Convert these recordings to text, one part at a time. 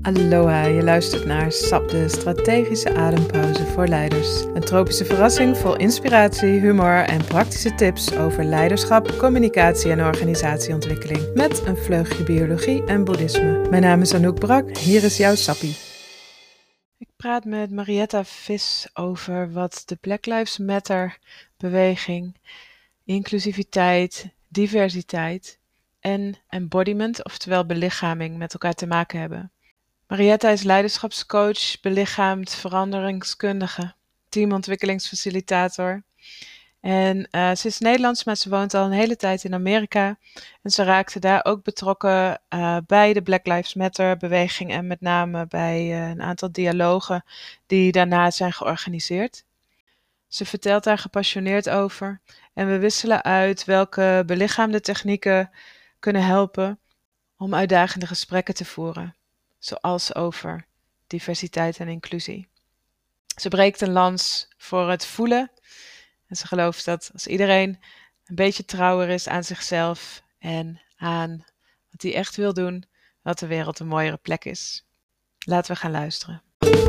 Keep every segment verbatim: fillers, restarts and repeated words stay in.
Aloha, je luistert naar S A P, de strategische adempauze voor leiders. Een tropische verrassing vol inspiratie, humor en praktische tips over leiderschap, communicatie en organisatieontwikkeling. Met een vleugje biologie en boeddhisme. Mijn naam is Anouk Brak, hier is jouw Sappie. Ik praat met Marietta Vis over wat de Black Lives Matter beweging, inclusiviteit, diversiteit en embodiment, oftewel belichaming, met elkaar te maken hebben. Marietta is leiderschapscoach, belichaamd veranderingskundige, teamontwikkelingsfacilitator. En uh, ze is Nederlands, maar ze woont al een hele tijd in Amerika. En ze raakte daar ook betrokken uh, bij de Black Lives Matter beweging en met name bij uh, een aantal dialogen die daarna zijn georganiseerd. Ze vertelt daar gepassioneerd over en we wisselen uit welke belichaamde technieken kunnen helpen om uitdagende gesprekken te voeren. Zoals over diversiteit en inclusie. Ze breekt een lans voor het voelen. En ze gelooft dat als iedereen een beetje trouwer is aan zichzelf en aan wat hij echt wil doen, dat de wereld een mooiere plek is. Laten we gaan luisteren.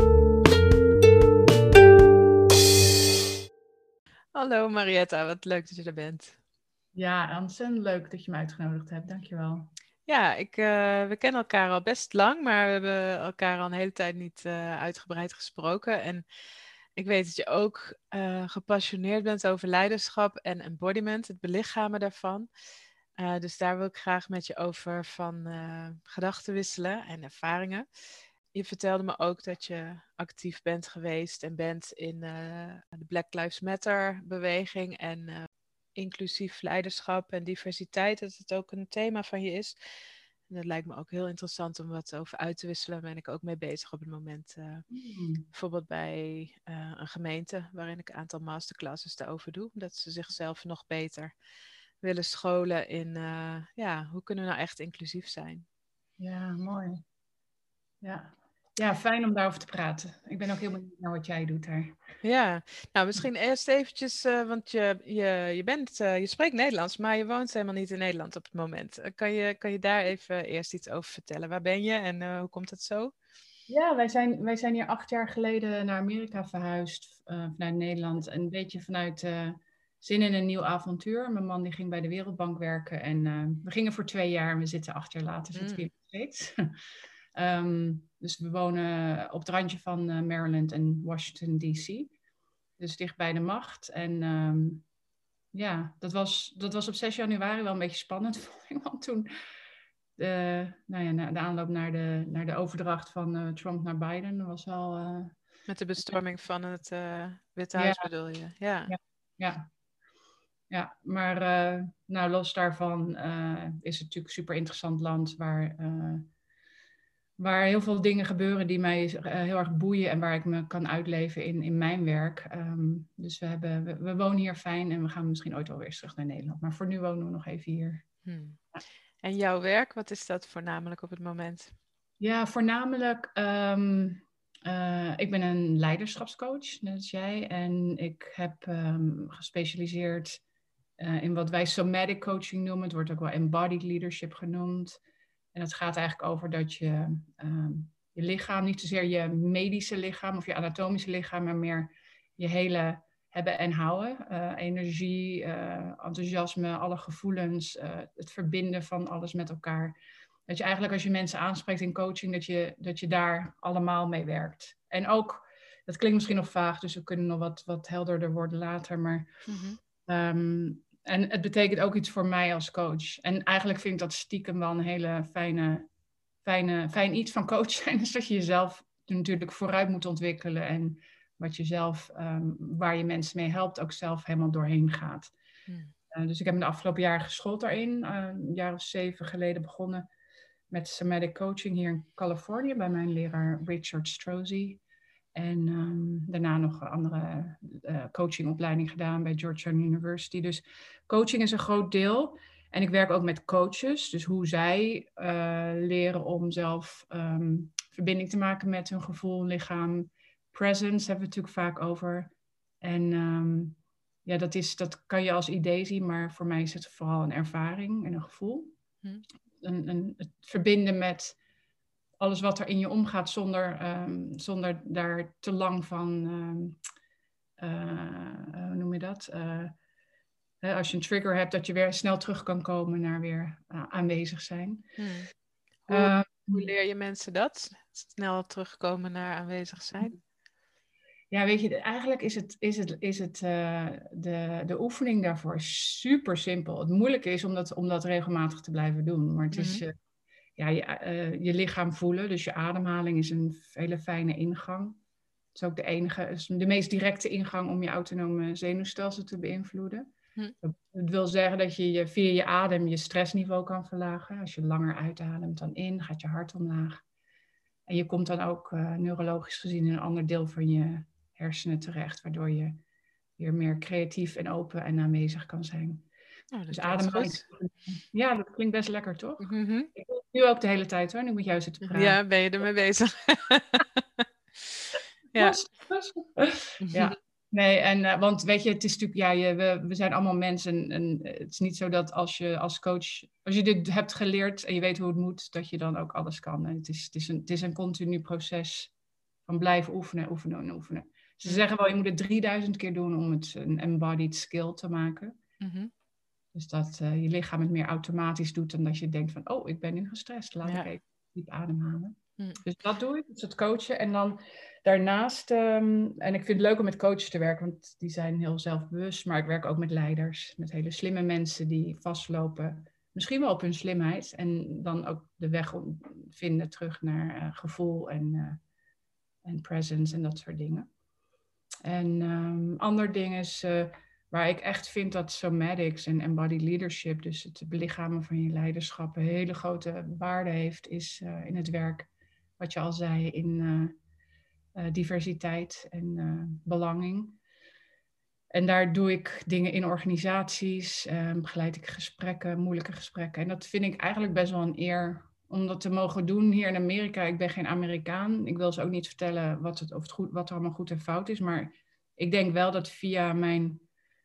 Hallo Marietta, wat leuk dat je er bent. Ja, ontzettend leuk dat je me uitgenodigd hebt. Dankjewel. Ja, ik, uh, we kennen elkaar al best lang, maar we hebben elkaar al een hele tijd niet uh, uitgebreid gesproken. En ik weet dat je ook uh, gepassioneerd bent over leiderschap en embodiment, het belichamen daarvan. Uh, dus daar wil ik graag met je over van uh, gedachten wisselen en ervaringen. Je vertelde me ook dat je actief bent geweest en bent in uh, de Black Lives Matter beweging en uh, inclusief leiderschap en diversiteit, dat het ook een thema van je is. En dat lijkt me ook heel interessant om wat over uit te wisselen. Daar ben ik ook mee bezig op het moment. Uh, mm. Bijvoorbeeld bij uh, een gemeente waarin ik een aantal masterclasses daarover doe. Dat ze zichzelf nog beter willen scholen in, uh, ja, hoe kunnen we nou echt inclusief zijn? Ja, mooi. Ja. Ja, fijn om daarover te praten. Ik ben ook heel benieuwd naar wat jij doet daar. Ja, nou misschien eerst eventjes, uh, want je, je, je, bent, uh, je spreekt Nederlands, maar je woont helemaal niet in Nederland op het moment. Uh, kan, je, kan je daar even eerst iets over vertellen? Waar ben je en uh, hoe komt het zo? Ja, wij zijn, wij zijn hier acht jaar geleden naar Amerika verhuisd uh, vanuit Nederland. Een beetje vanuit uh, zin in een nieuw avontuur. Mijn man die ging bij de Wereldbank werken en uh, we gingen voor twee jaar en we zitten acht jaar later zitten we hier nog steeds. um, dus we wonen op het randje van uh, Maryland en Washington D C. Dus dicht bij de macht. En um, ja, dat was, dat was op zes januari wel een beetje spannend, vond ik. Want toen, de, nou ja, de aanloop naar de, naar de overdracht van uh, Trump naar Biden was wel... Uh, Met de bestorming van het uh, Witte Huis ja, bedoel je? Ja, ja, ja. ja maar uh, nou, los daarvan uh, is het natuurlijk een super interessant land waar... Uh, waar heel veel dingen gebeuren die mij uh, heel erg boeien en waar ik me kan uitleven in, in mijn werk. Um, dus we, hebben, we, we wonen hier fijn en we gaan misschien ooit wel weer terug naar Nederland. Maar voor nu wonen we nog even hier. Hmm. Ja. En jouw werk, wat is dat voornamelijk op het moment? Ja, voornamelijk, um, uh, ik ben een leiderschapscoach, net als jij. En ik heb um, gespecialiseerd uh, in wat wij somatic coaching noemen. Het wordt ook wel embodied leadership genoemd. En het gaat eigenlijk over dat je um, je lichaam, niet zozeer je medische lichaam of je anatomische lichaam, maar meer je hele hebben en houden. Uh, energie, uh, enthousiasme, alle gevoelens, uh, het verbinden van alles met elkaar. Dat je eigenlijk als je mensen aanspreekt in coaching, dat je, dat je daar allemaal mee werkt. En ook, dat klinkt misschien nog vaag, dus we kunnen nog wat, wat helderder worden later, maar... Mm-hmm. Um, En het betekent ook iets voor mij als coach. En eigenlijk vind ik dat stiekem wel een hele fijne, fijne, fijn iets van coach zijn. Dus dat je jezelf natuurlijk vooruit moet ontwikkelen. En wat je zelf, um, waar je mensen mee helpt, ook zelf helemaal doorheen gaat. Hmm. Uh, dus ik heb me de afgelopen jaren geschoold daarin. Uh, een jaar of zeven geleden begonnen met somatic coaching hier in Californië. Bij mijn leraar Richard Strozzi. En um, daarna nog een andere uh, coachingopleiding gedaan bij Georgetown University. Dus coaching is een groot deel. En ik werk ook met coaches. Dus hoe zij uh, leren om zelf um, verbinding te maken met hun gevoel, lichaam. Presence hebben we het natuurlijk vaak over. En um, ja, dat, is, dat kan je als idee zien. Maar voor mij is het vooral een ervaring en een gevoel. Hm. Een, een, het verbinden met... alles wat er in je omgaat zonder, um, zonder daar te lang van, um, uh, hoe noem je dat? Uh, hè, als je een trigger hebt, dat je weer snel terug kan komen naar weer uh, aanwezig zijn. Hmm. Hoe, Uh, hoe leer je mensen dat? Snel terugkomen naar aanwezig zijn? Ja, weet je, eigenlijk is het, is het, is het uh, de, de oefening daarvoor super simpel. Het moeilijke is om dat, om dat regelmatig te blijven doen. Maar het Mm-hmm. is uh, ja, je, uh, je lichaam voelen. Dus je ademhaling is een hele fijne ingang. Het is ook de enige, is de meest directe ingang om je autonome zenuwstelsel te beïnvloeden. Mm. Dat wil zeggen dat je, je via je adem je stressniveau kan verlagen. Als je langer uitademt dan in, gaat je hart omlaag. En je komt dan ook uh, neurologisch gezien in een ander deel van je hersenen terecht, waardoor je weer meer creatief en open en aanwezig kan zijn. Oh, dus ademhaling. Ja, dat klinkt best lekker, toch? Mm-hmm. Ik doe het nu ook de hele tijd hoor, nu met jou zitten praten. Ja, ben je ermee bezig? Ja. Ja. Nee, en uh, want weet je, het is natuurlijk, ja, je, we, we zijn allemaal mensen en het is niet zo dat als je als coach, als je dit hebt geleerd en je weet hoe het moet, dat je dan ook alles kan. En het is, het is, een, het is een continu proces van blijven oefenen, oefenen en oefenen. Ze mm. zeggen wel, je moet het drieduizend keer doen om het een embodied skill te maken. Mm-hmm. Dus dat uh, je lichaam het meer automatisch doet dan dat je denkt van, oh, ik ben nu gestrest, laat Ja. ik even diep ademhalen. Mm. Dus dat doe ik, dus het coachen. En dan daarnaast, um, en ik vind het leuk om met coaches te werken, want die zijn heel zelfbewust. Maar ik werk ook met leiders, met hele slimme mensen die vastlopen. Misschien wel op hun slimheid. En dan ook de weg om, vinden terug naar uh, gevoel en, uh, en presence en dat soort dingen. En um, ander ding is, uh, waar ik echt vind dat somatics en embodied leadership, dus het belichamen van je leiderschap, een hele grote waarde heeft, is uh, in het werk. Wat je al zei, in uh, uh, diversiteit en uh, belanging. En daar doe ik dingen in organisaties, uh, begeleid ik gesprekken, moeilijke gesprekken. En dat vind ik eigenlijk best wel een eer om dat te mogen doen hier in Amerika. Ik ben geen Amerikaan. Ik wil ze ook niet vertellen wat, het, of het goed, wat er allemaal goed en fout is. Maar ik denk wel dat via mijn,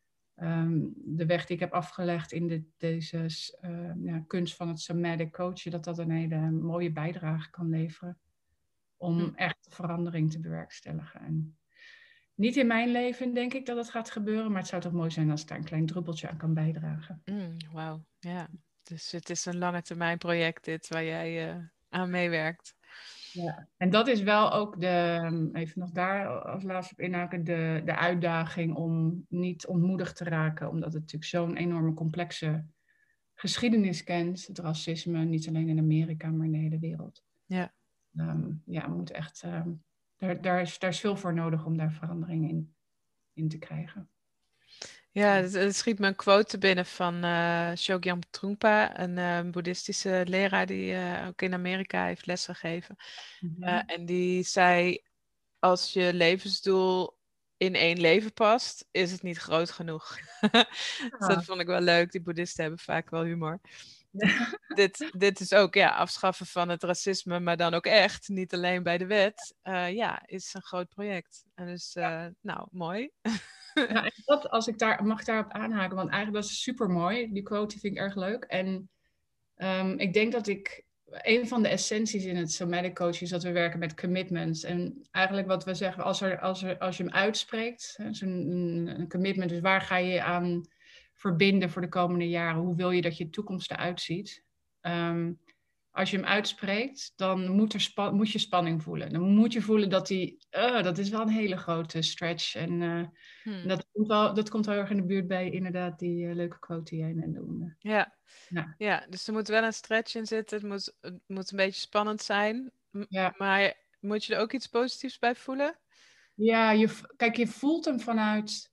um, de weg die ik heb afgelegd in de, deze uh, ja, kunst van het somatic coachen, dat dat een hele mooie bijdrage kan leveren. Om hm. echt verandering te bewerkstelligen. En niet in mijn leven denk ik dat het gaat gebeuren. Maar het zou toch mooi zijn als ik daar een klein druppeltje aan kan bijdragen. Mm, Wauw, ja. Dus het is een lange termijn project dit waar jij uh, aan meewerkt. Ja, en dat is wel ook de, even nog daar als laatste op inhaken, de, de uitdaging om niet ontmoedigd te raken. Omdat het natuurlijk zo'n enorme complexe geschiedenis kent. Het racisme, niet alleen in Amerika, maar in de hele wereld. Ja. Um, ja, we moeten echt, um, daar, daar, is, daar is veel voor nodig om daar verandering in, in te krijgen. Ja, het, het schiet me een quote binnen van uh, Chogyam Trungpa, een uh, boeddhistische leraar die uh, ook in Amerika heeft lesgegeven. Mm-hmm. Uh, en die zei, als je levensdoel in één leven past, is het niet groot genoeg. Dus dat vond ik wel leuk. Die boeddhisten hebben vaak wel humor. Ja. dit, dit is ook ja, afschaffen van het racisme, maar dan ook echt, niet alleen bij de wet. Uh, ja, is een groot project. En dus, uh, ja. nou, mooi. Ja, en dat, als ik daar mag daarop aanhaken, want eigenlijk dat is super mooi. Die quote die vind ik erg leuk. En um, ik denk dat ik, een van de essenties in het somatic coaching is dat we werken met commitments. En eigenlijk wat we zeggen, als, er, als, er, als je hem uitspreekt, zo'n een commitment, dus waar ga je aan verbinden voor de komende jaren? Hoe wil je dat je toekomst eruit ziet? Um, als je hem uitspreekt, dan moet, er spa- moet je spanning voelen. Dan moet je voelen dat die, uh, dat is wel een hele grote stretch. En uh, hmm. dat, komt wel, dat komt wel erg in de buurt bij inderdaad die uh, leuke quote die jij net noemde. Ja. Ja. ja, dus er moet wel een stretch in zitten. Het moet, het moet een beetje spannend zijn. M- ja. Maar moet je er ook iets positiefs bij voelen? Ja, je, kijk, je voelt hem vanuit...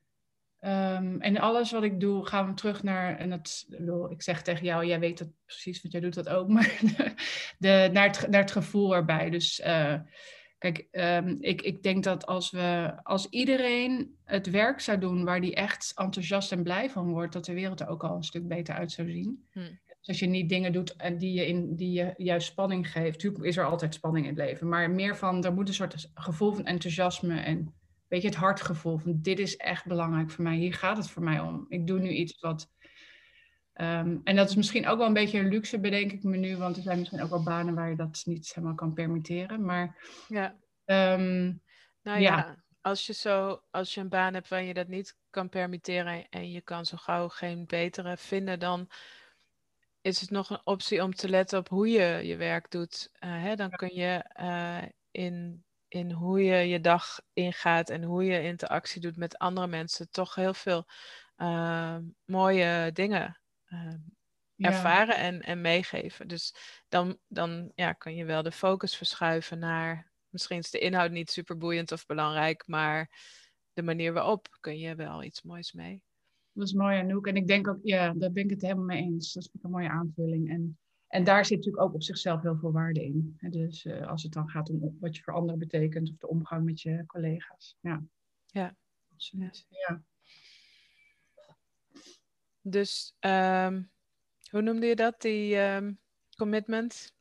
Um, en alles wat ik doe, gaan we terug naar, en dat, ik zeg tegen jou, jij weet dat precies, want jij doet dat ook, maar de, de, naar, het, naar het gevoel erbij. Dus uh, kijk, um, ik, ik denk dat als we, als iedereen het werk zou doen waar die echt enthousiast en blij van wordt, dat de wereld er ook al een stuk beter uit zou zien. Hmm. Dus als je niet dingen doet en die je, in, die je juist spanning geeft, natuurlijk is er altijd spanning in het leven, maar meer van, er moet een soort gevoel van enthousiasme en weet je, het hartgevoel van dit is echt belangrijk voor mij. Hier gaat het voor mij om. Ik doe nu iets wat, Um, en dat is misschien ook wel een beetje een luxe, bedenk ik me nu. Want er zijn misschien ook wel banen waar je dat niet helemaal kan permitteren. Maar Ja. um, Nou ja. ja, als je zo, als je een baan hebt waar je dat niet kan permitteren en je kan zo gauw geen betere vinden, dan is het nog een optie om te letten op hoe je je werk doet. Uh, hè? Dan kun je uh, in, in hoe je je dag ingaat en hoe je interactie doet met andere mensen toch heel veel uh, mooie dingen uh, ervaren en, en meegeven. Dus dan, dan ja, kun je wel de focus verschuiven naar, misschien is de inhoud niet super boeiend of belangrijk, maar de manier waarop kun je wel iets moois mee. Dat is mooi, Anouk. En ik denk ook, ja, daar ben ik het helemaal mee eens. Dat is een mooie aanvulling. En, en daar zit natuurlijk ook op zichzelf heel veel waarde in. Dus uh, als het dan gaat om wat je voor anderen betekent of de omgang met je collega's. Ja, ja. Absoluut. Ja. Ja. Dus um, hoe noemde je dat, die um, commitment?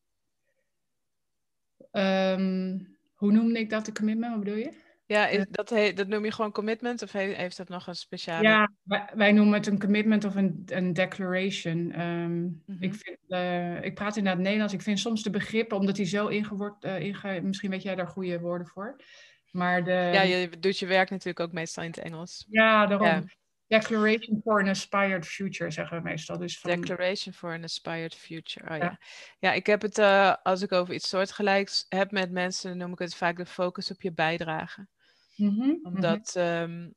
Um, hoe noemde ik dat, de commitment? Wat bedoel je? Ja, is, dat, he, dat noem je gewoon commitment of he, heeft dat nog een speciale... Ja, wij, wij noemen het een commitment of een, een declaration. Um, mm-hmm. ik, vind, uh, ik praat inderdaad Nederlands. Ik vind soms de begrippen, omdat die zo ingewoord... Uh, inge, misschien weet jij daar goede woorden voor. Maar de... Ja, je doet je werk natuurlijk ook meestal in het Engels. Ja, daarom. Ja. Declaration for an Aspired Future, zeggen we meestal. Dus van... Declaration for an Aspired Future, oh ja. Ja, ja ik heb het, uh, als ik over iets soortgelijks heb met mensen, dan noem ik het vaak de focus op je bijdrage. Mm-hmm. Omdat, um,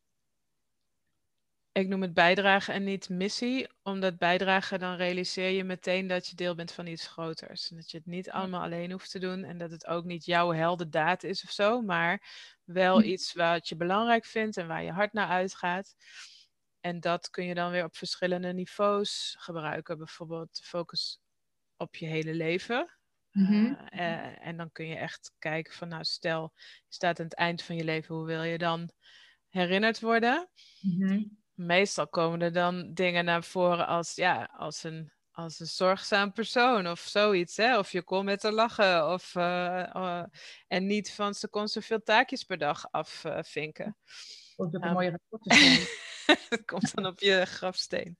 ik noem het bijdrage en niet missie, omdat bijdrage, dan realiseer je meteen dat je deel bent van iets groters. En dat je het niet allemaal alleen hoeft te doen en dat het ook niet jouw heldendaad is of zo, maar wel mm-hmm. iets wat je belangrijk vindt en waar je hart naar uitgaat. En dat kun je dan weer op verschillende niveaus gebruiken. Bijvoorbeeld focus op je hele leven. Mm-hmm. Uh, uh, en dan kun je echt kijken van, nou stel, je staat aan het eind van je leven, hoe wil je dan herinnerd worden? Mm-hmm. Meestal komen er dan dingen naar voren als, ja, als een, als een zorgzaam persoon of zoiets. Hè? Of je kon met haar lachen. Of, uh, uh, en niet van ze kon zoveel taakjes per dag afvinken. Uh, Dat is ook een um, mooie rapport te zijn. Dat komt dan op je grafsteen.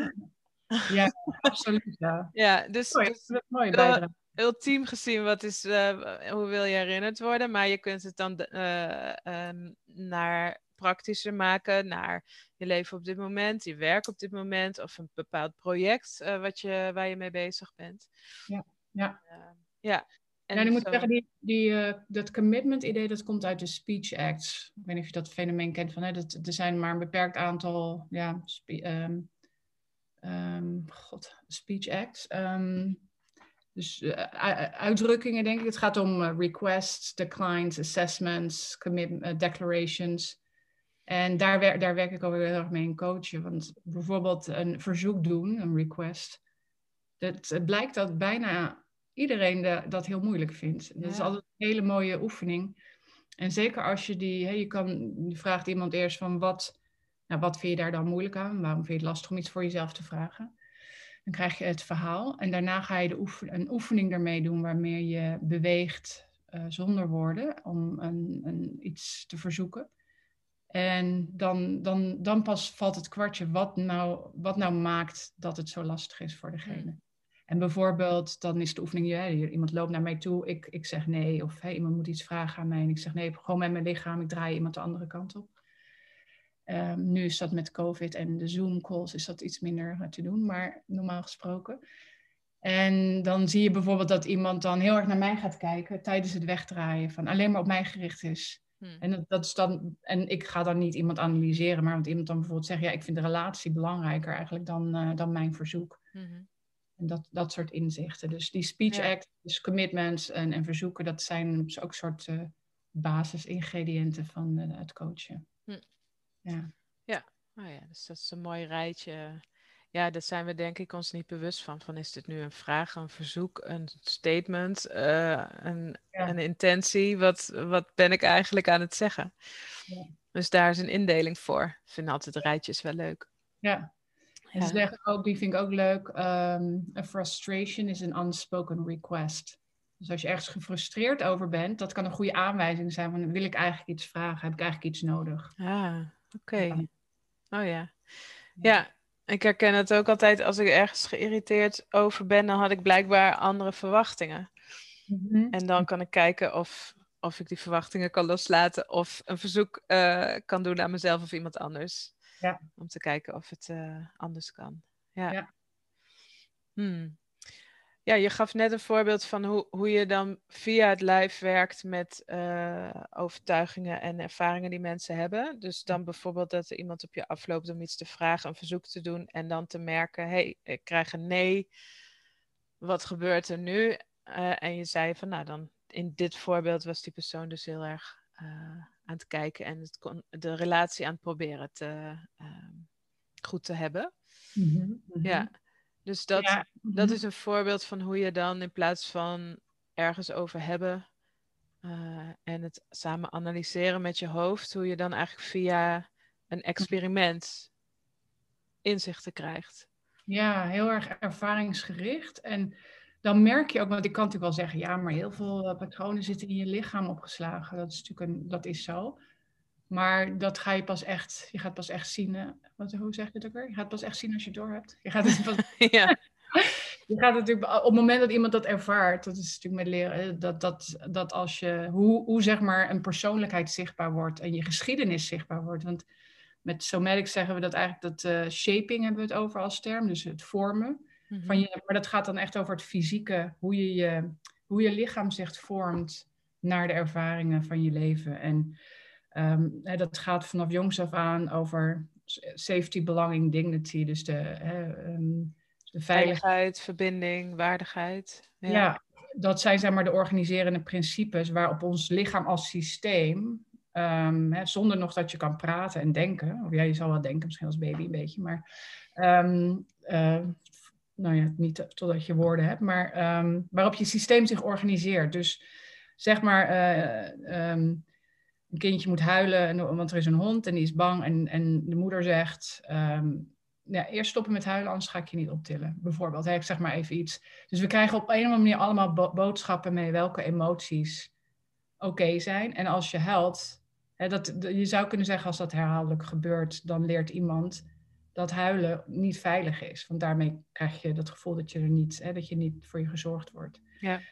Ja, absoluut. Ja, ja dus, mooi, dus dat mooie bijdrage. Ultiem gezien, wat is, uh, hoe wil je herinnerd worden? Maar je kunt het dan uh, um, naar praktischer maken, naar je leven op dit moment, je werk op dit moment, of een bepaald project uh, wat je, waar je mee bezig bent. Ja, ja. Uh, ja. En ja, ik moet zo... zeggen, die, die, uh, dat commitment idee, dat komt uit de Speech Act. Ik weet niet of je dat fenomeen kent, van, hè, dat, er zijn maar een beperkt aantal, ja, spe, um, um, god, Speech Acts. Um, dus uh, uitdrukkingen, denk ik. Het gaat om uh, requests, declines, assessments, commit, uh, declarations. En daar, wer daar werk ik alweer heel erg mee in coachen. Want bijvoorbeeld een verzoek doen, een request. Dat, het blijkt dat bijna iedereen de, dat heel moeilijk vindt. Ja. Dat is altijd een hele mooie oefening. En zeker als je die, hè, je, kan, je vraagt iemand eerst van wat, nou, wat vind je daar dan moeilijk aan? Waarom vind je het lastig om iets voor jezelf te vragen? Dan krijg je het verhaal. En daarna ga je de oefen, een oefening ermee doen waarmee je beweegt uh, zonder woorden om een, een, iets te verzoeken. En dan, dan, dan pas valt het kwartje wat nou, wat nou maakt dat het zo lastig is voor degene. Hmm. En bijvoorbeeld, dan is de oefening, ja, iemand loopt naar mij toe, ik, ik zeg nee. Of hey, iemand moet iets vragen aan mij en ik zeg nee, gewoon met mijn lichaam, ik draai iemand de andere kant op. Um, nu is dat met COVID en de Zoom-calls is dat iets minder te doen, maar normaal gesproken. En dan zie je bijvoorbeeld dat iemand dan heel erg naar mij gaat kijken tijdens het wegdraaien, van alleen maar op mij gericht is. Hmm. En, dat, dat is dan, en ik ga dan niet iemand analyseren, maar want iemand dan bijvoorbeeld zegt, ja, ik vind de relatie belangrijker eigenlijk dan, uh, dan mijn verzoek. Hmm. En dat, dat soort inzichten. Dus die speech ja. act, dus commitments en, en verzoeken, dat zijn dus ook soort uh, basisingrediënten van uh, het coachen. Hmm. Ja, ja. Oh ja, dus dat is een mooi rijtje. Ja, daar zijn we denk ik ons niet bewust van. Van is dit nu een vraag, een verzoek, een statement, uh, een, ja. een intentie? Wat, wat ben ik eigenlijk aan het zeggen? Ja. Dus daar is een indeling voor. Ik vind altijd rijtjes wel leuk. Ja, en ze zeggen ook, die vind ik ook leuk. Um, a frustration is an unspoken request. Dus als je ergens gefrustreerd over bent, dat kan een goede aanwijzing zijn van, wil ik eigenlijk iets vragen? Heb ik eigenlijk iets nodig? Ah, oké. Okay. Oh ja. Ja. Ik herken het ook altijd als ik ergens geïrriteerd over ben, dan had ik blijkbaar andere verwachtingen. Mm-hmm. En dan kan ik kijken of, of ik die verwachtingen kan loslaten of een verzoek uh, kan doen aan mezelf of iemand anders. Ja. Om te kijken of het uh, anders kan. Ja. Ja. Hmm. Ja, je gaf net een voorbeeld van hoe, hoe je dan via het lijf werkt met uh, overtuigingen en ervaringen die mensen hebben. Dus dan bijvoorbeeld dat er iemand op je afloopt om iets te vragen, een verzoek te doen en dan te merken, hé, hey, ik krijg een nee, wat gebeurt er nu? Uh, en je zei van, nou dan, in dit voorbeeld was die persoon dus heel erg uh, aan het kijken en het kon, de relatie aan het proberen te, uh, goed te hebben. Mm-hmm. Mm-hmm. Ja. Dus dat, ja. Mm-hmm. dat is een voorbeeld van hoe je dan in plaats van ergens over hebben uh, en het samen analyseren met je hoofd, hoe je dan eigenlijk via een experiment inzichten krijgt. Ja, heel erg ervaringsgericht. En dan merk je ook, want ik kan natuurlijk wel zeggen, ja, maar heel veel uh, patronen zitten in je lichaam opgeslagen. Dat is natuurlijk een, dat is zo. Maar dat ga je pas echt, je gaat pas echt zien. Uh, wat, hoe zeg je het ook weer? Je gaat pas echt zien als je het door hebt. Je gaat het pas. Ja. Je gaat natuurlijk, op het moment dat iemand dat ervaart, dat is natuurlijk met leren, dat, dat, dat als je, hoe, hoe zeg maar een persoonlijkheid zichtbaar wordt en je geschiedenis zichtbaar wordt. Want met somatics zeggen we dat eigenlijk, dat uh, shaping hebben we het over als term, dus het vormen. Mm-hmm. Van je, maar dat gaat dan echt over het fysieke, hoe je, je, hoe je lichaam zich vormt naar de ervaringen van je leven. En um, hè, dat gaat vanaf jongs af aan over safety, belonging, dignity, dus de... Hè, um, de veiligheid, veiligheid, verbinding, waardigheid. Ja. ja, dat zijn zeg maar de organiserende principes waarop ons lichaam als systeem, um, hè, zonder nog dat je kan praten en denken, of ja, je zal wel denken, misschien als baby een beetje, maar um, uh, nou ja, niet totdat je woorden hebt, maar um, waarop je systeem zich organiseert. Dus zeg maar, uh, um, een kindje moet huilen, want er is een hond en die is bang en, en de moeder zegt... Um, Ja, eerst stoppen met huilen, anders ga ik je niet optillen. Bijvoorbeeld, hè, ik zeg maar even iets. Dus we krijgen op een of andere manier allemaal bo- boodschappen mee welke emoties oké okay zijn. En als je huilt, hè, dat, je zou kunnen zeggen als dat herhaaldelijk gebeurt, dan leert iemand dat huilen niet veilig is. Want daarmee krijg je dat gevoel dat je er niet, hè, dat je niet voor je gezorgd wordt. Ja.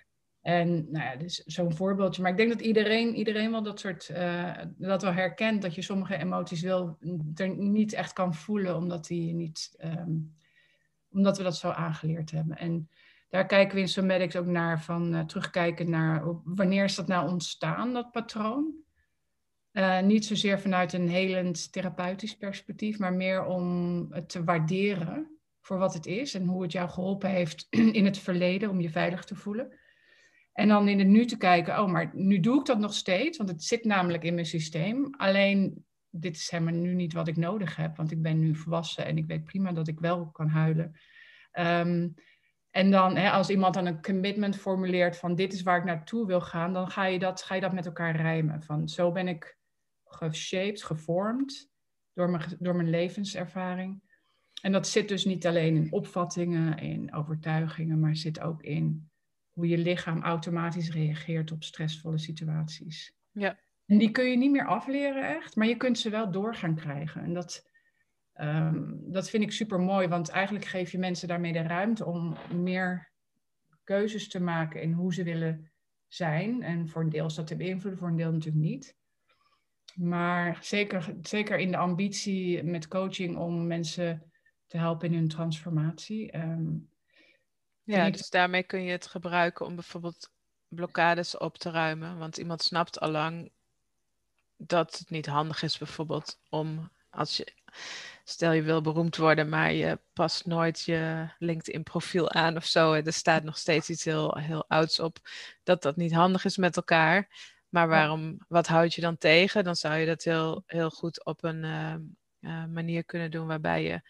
En nou ja, dus zo'n voorbeeldje. Maar ik denk dat iedereen, iedereen wel dat soort, uh, dat wel herkent, dat je sommige emoties wel er niet echt kan voelen, omdat die niet, um, omdat we dat zo aangeleerd hebben. En daar kijken we in somatics ook naar, van uh, terugkijken naar wanneer is dat nou ontstaan, dat patroon. Uh, niet zozeer vanuit een helend therapeutisch perspectief, maar meer om het te waarderen voor wat het is en hoe het jou geholpen heeft in het verleden om je veilig te voelen. En dan in het nu te kijken, oh, maar nu doe ik dat nog steeds, want het zit namelijk in mijn systeem. Alleen, dit is helemaal nu niet wat ik nodig heb, want ik ben nu volwassen en ik weet prima dat ik wel kan huilen. Um, en dan, hè, als iemand dan een commitment formuleert van dit is waar ik naartoe wil gaan, dan ga je dat, ga je dat met elkaar rijmen. Van zo ben ik geshaped, gevormd door mijn, door mijn levenservaring. En dat zit dus niet alleen in opvattingen, in overtuigingen, maar zit ook in hoe je lichaam automatisch reageert op stressvolle situaties. Ja. En die kun je niet meer afleren echt, maar je kunt ze wel door gaan krijgen. En dat, um, dat vind ik super mooi, want eigenlijk geef je mensen daarmee de ruimte om meer keuzes te maken in hoe ze willen zijn. En voor een deel is dat te beïnvloeden, voor een deel natuurlijk niet. Maar zeker, zeker in de ambitie met coaching om mensen te helpen in hun transformatie. Um, Ja, ik... dus daarmee kun je het gebruiken om bijvoorbeeld blokkades op te ruimen. Want iemand snapt allang dat het niet handig is bijvoorbeeld om, als je, stel je wil beroemd worden, maar je past nooit je LinkedIn profiel aan of zo. En er staat nog steeds iets heel, heel ouds op, dat dat niet handig is met elkaar. Maar waarom, wat houd je dan tegen? Dan zou je dat heel, heel goed op een uh, uh, manier kunnen doen waarbij je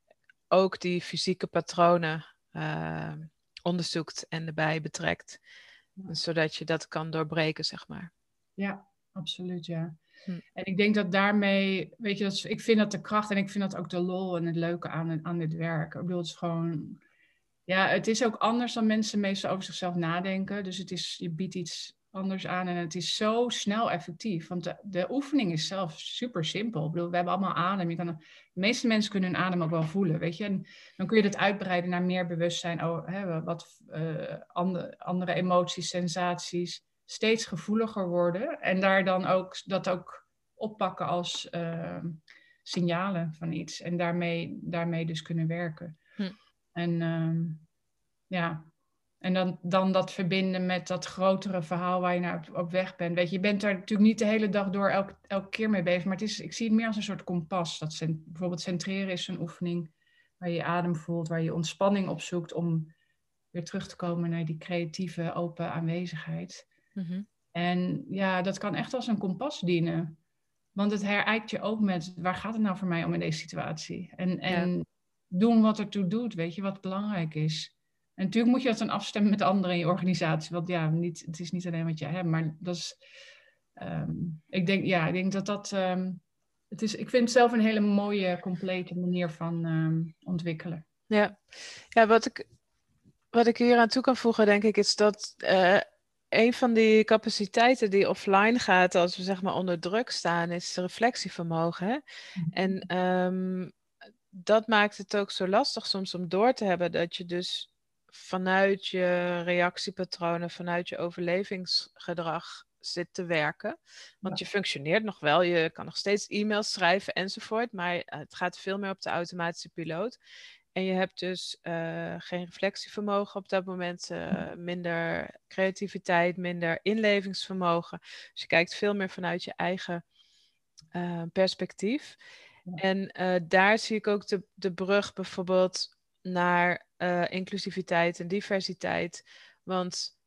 ook die fysieke patronen uh, onderzoekt en erbij betrekt. Ja. Zodat je dat kan doorbreken, zeg maar. Ja, absoluut, ja. Hm. En ik denk dat daarmee, weet je, dat is, ik vind dat de kracht en ik vind dat ook de lol en het leuke aan, aan dit werk. Ik bedoel, het is gewoon, ja, het is ook anders dan mensen meestal over zichzelf nadenken. Dus het is, je biedt iets anders aan en het is zo snel effectief. Want de, de oefening is zelf super simpel. Ik bedoel, we hebben allemaal adem. Je kan, de meeste mensen kunnen hun adem ook wel voelen, weet je. En dan kun je dat uitbreiden naar meer bewustzijn. Oh, hè, wat uh, andere, andere emoties, sensaties. Steeds gevoeliger worden. En daar dan ook, dat ook oppakken als uh, signalen van iets. En daarmee, daarmee dus kunnen werken. Hm. En um, ja... En dan, dan dat verbinden met dat grotere verhaal waar je naar op, op weg bent. Weet je, je bent daar natuurlijk niet de hele dag door elke, elke keer mee bezig. Maar het is, ik zie het meer als een soort kompas. Dat cent, bijvoorbeeld centreren is een oefening waar je je adem voelt. Waar je ontspanning opzoekt om weer terug te komen naar die creatieve, open aanwezigheid. Mm-hmm. En ja, dat kan echt als een kompas dienen. Want het herijkt je ook met, waar gaat het nou voor mij om in deze situatie? En, en ja. doen wat ertoe doet, weet je, wat belangrijk is. En natuurlijk moet je dat dan afstemmen met anderen in je organisatie. Want ja, niet, het is niet alleen wat jij hebt, maar dat is... Um, ik denk, ja, ik denk dat dat... Um, het is, ik vind het zelf een hele mooie, complete manier van um, ontwikkelen. Ja, ja wat, ik, wat ik hier aan toe kan voegen, denk ik, is dat... Uh, een van die capaciteiten die offline gaat als we zeg maar onder druk staan, is reflectievermogen. Hè? Mm-hmm. En um, dat maakt het ook zo lastig soms om door te hebben dat je dus vanuit je reactiepatronen, vanuit je overlevingsgedrag zit te werken. Want ja. je functioneert nog wel, je kan nog steeds e-mails schrijven enzovoort, maar het gaat veel meer op de automatische piloot. En je hebt dus uh, geen reflectievermogen op dat moment, uh, minder creativiteit, minder inlevingsvermogen. Dus je kijkt veel meer vanuit je eigen uh, perspectief. Ja. En uh, daar zie ik ook de, de brug bijvoorbeeld naar uh, inclusiviteit en diversiteit. Want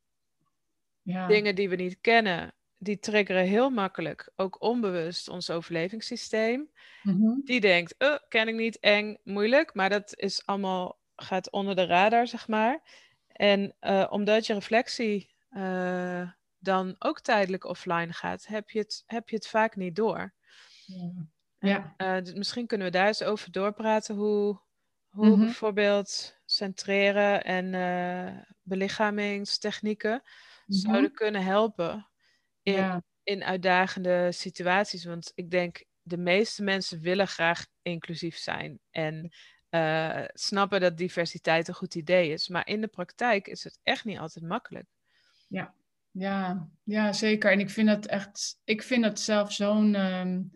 ja. dingen die we niet kennen, die triggeren heel makkelijk, ook onbewust, ons overlevingssysteem. Mm-hmm. Die denkt, oh, ken ik niet, eng, moeilijk. Maar dat is allemaal, gaat onder de radar, zeg maar. En uh, omdat je reflectie uh, dan ook tijdelijk offline gaat, heb je het, heb je het vaak niet door. Ja. En, ja. uh, dus misschien kunnen we daar eens over doorpraten hoe, hoe mm-hmm. bijvoorbeeld centreren en uh, belichamingstechnieken mm-hmm. zouden kunnen helpen in, ja. in uitdagende situaties. Want ik denk, de meeste mensen willen graag inclusief zijn en uh, snappen dat diversiteit een goed idee is. Maar in de praktijk is het echt niet altijd makkelijk. Ja, ja, ja zeker. En ik vind het echt, ik vind het zelf zo'n... Um...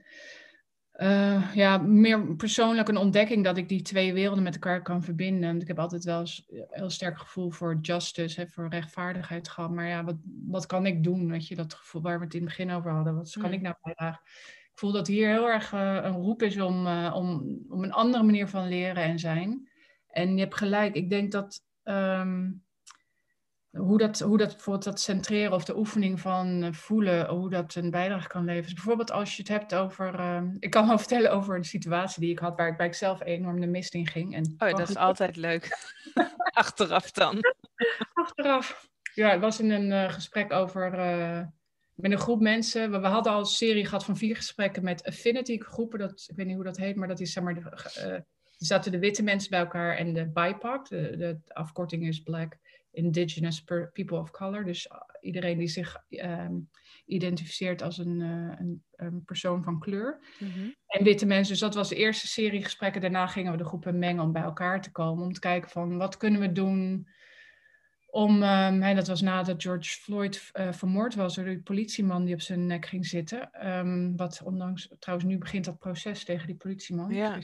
Uh, ja, meer persoonlijk een ontdekking dat ik die twee werelden met elkaar kan verbinden. Want ik heb altijd wel eens een heel sterk gevoel voor justice, hè, voor rechtvaardigheid gehad. Maar ja, wat, wat kan ik doen? Weet je, dat gevoel waar we het in het begin over hadden. Wat kan mm. ik nou bijdragen? Ik voel dat hier heel erg uh, een roep is om, uh, om, om een andere manier van leren en zijn. En je hebt gelijk, ik denk dat... Um, Hoe dat, hoe dat bijvoorbeeld dat centreren of de oefening van voelen, hoe dat een bijdrage kan leveren. Dus bijvoorbeeld als je het hebt over... Uh, ik kan wel vertellen over een situatie die ik had waar ik bij ikzelf enorm de mist in ging. En oh, dat is altijd leuk. Achteraf dan. Achteraf. Ja, het was in een uh, gesprek over... Uh, met een groep mensen. We, we hadden al een serie gehad van vier gesprekken met affinity groepen. Dat, ik weet niet hoe dat heet, maar dat is zeg maar... De, uh, er zaten de witte mensen bij elkaar en de B I P O C. De, de afkorting is Black... Indigenous People of Color. Dus iedereen die zich um, identificeert als een, uh, een, een persoon van kleur. Mm-hmm. En witte mensen. Dus dat was de eerste serie gesprekken. Daarna gingen we de groepen mengen om bij elkaar te komen. Om te kijken van wat kunnen we doen om... Um, hey, dat was nadat George Floyd uh, vermoord was door die politieman die op zijn nek ging zitten. Um, wat ondanks... Trouwens, nu begint dat proces tegen die politieman. Ja.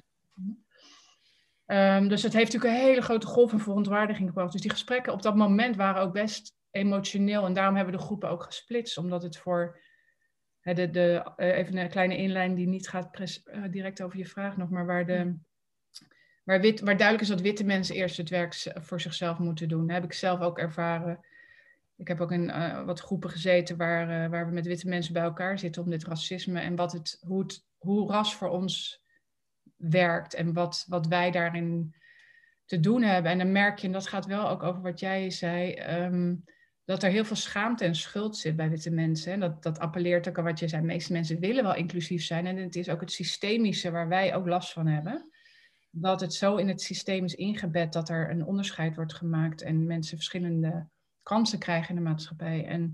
Um, dus het heeft natuurlijk een hele grote golf van verontwaardiging gebracht. Dus die gesprekken op dat moment waren ook best emotioneel. En daarom hebben we de groepen ook gesplitst. Omdat het voor... Hè, de, de, uh, even een kleine inleiding die niet gaat pres, uh, direct over je vraag nog. Maar waar, de, waar, wit, waar duidelijk is dat witte mensen eerst het werk voor zichzelf moeten doen. Dat heb ik zelf ook ervaren. Ik heb ook in uh, wat groepen gezeten waar, uh, waar we met witte mensen bij elkaar zitten om dit racisme. En wat het, hoe, het, hoe ras voor ons... werkt en wat, wat wij daarin te doen hebben. En dan merk je, en dat gaat wel ook over wat jij zei, um, dat er heel veel schaamte en schuld zit bij witte mensen. En dat, dat appelleert ook aan wat je zei. De meeste mensen willen wel inclusief zijn en het is ook het systemische waar wij ook last van hebben. Dat het zo in het systeem is ingebed dat er een onderscheid wordt gemaakt en mensen verschillende kansen krijgen in de maatschappij. En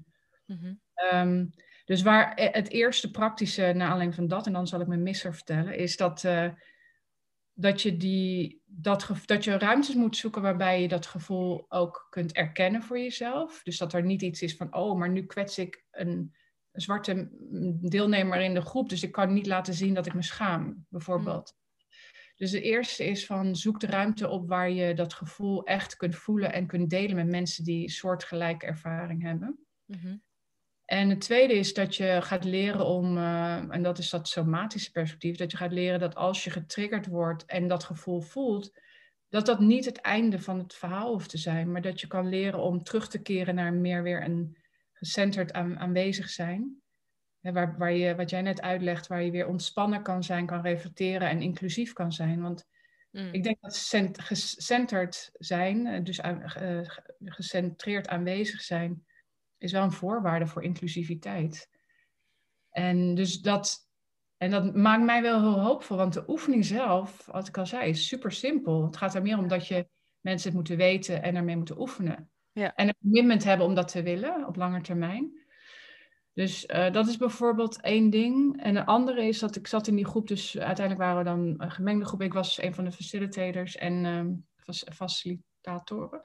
Mm-hmm. Um, dus waar het eerste praktische, naar aanleiding van dat, en dan zal ik mijn misser vertellen, is dat, uh, dat, je die, dat, ge- dat je ruimtes moet zoeken waarbij je dat gevoel ook kunt erkennen voor jezelf. Dus dat er niet iets is van, oh, maar nu kwets ik een, een zwarte deelnemer in de groep, dus ik kan niet laten zien dat ik me schaam, bijvoorbeeld. Mm. Dus de eerste is van, zoek de ruimte op waar je dat gevoel echt kunt voelen en kunt delen met mensen die soortgelijke ervaring hebben. Mm-hmm. En het tweede is dat je gaat leren om, uh, en dat is dat somatische perspectief, dat je gaat leren dat als je getriggerd wordt en dat gevoel voelt, dat dat niet het einde van het verhaal hoeft te zijn, maar dat je kan leren om terug te keren naar meer weer een gecenterd aan, aanwezig zijn. Hè, waar, waar je, wat jij net uitlegt, waar je weer ontspannen kan zijn, kan reflecteren en inclusief kan zijn. Want mm. ik denk dat cent, gecenterd zijn, dus aan, uh, gecentreerd aanwezig zijn, is wel een voorwaarde voor inclusiviteit. En dus dat, en dat maakt mij wel heel hoopvol, want de oefening zelf, wat ik al zei, is super simpel. Het gaat er meer om dat je mensen het moeten weten en ermee moeten oefenen. Ja. En een commitment hebben om dat te willen op lange termijn. Dus uh, dat is bijvoorbeeld één ding. En een andere is dat ik zat in die groep, dus uiteindelijk waren we dan een gemengde groep. Ik was een van de facilitators en um, facilitatoren.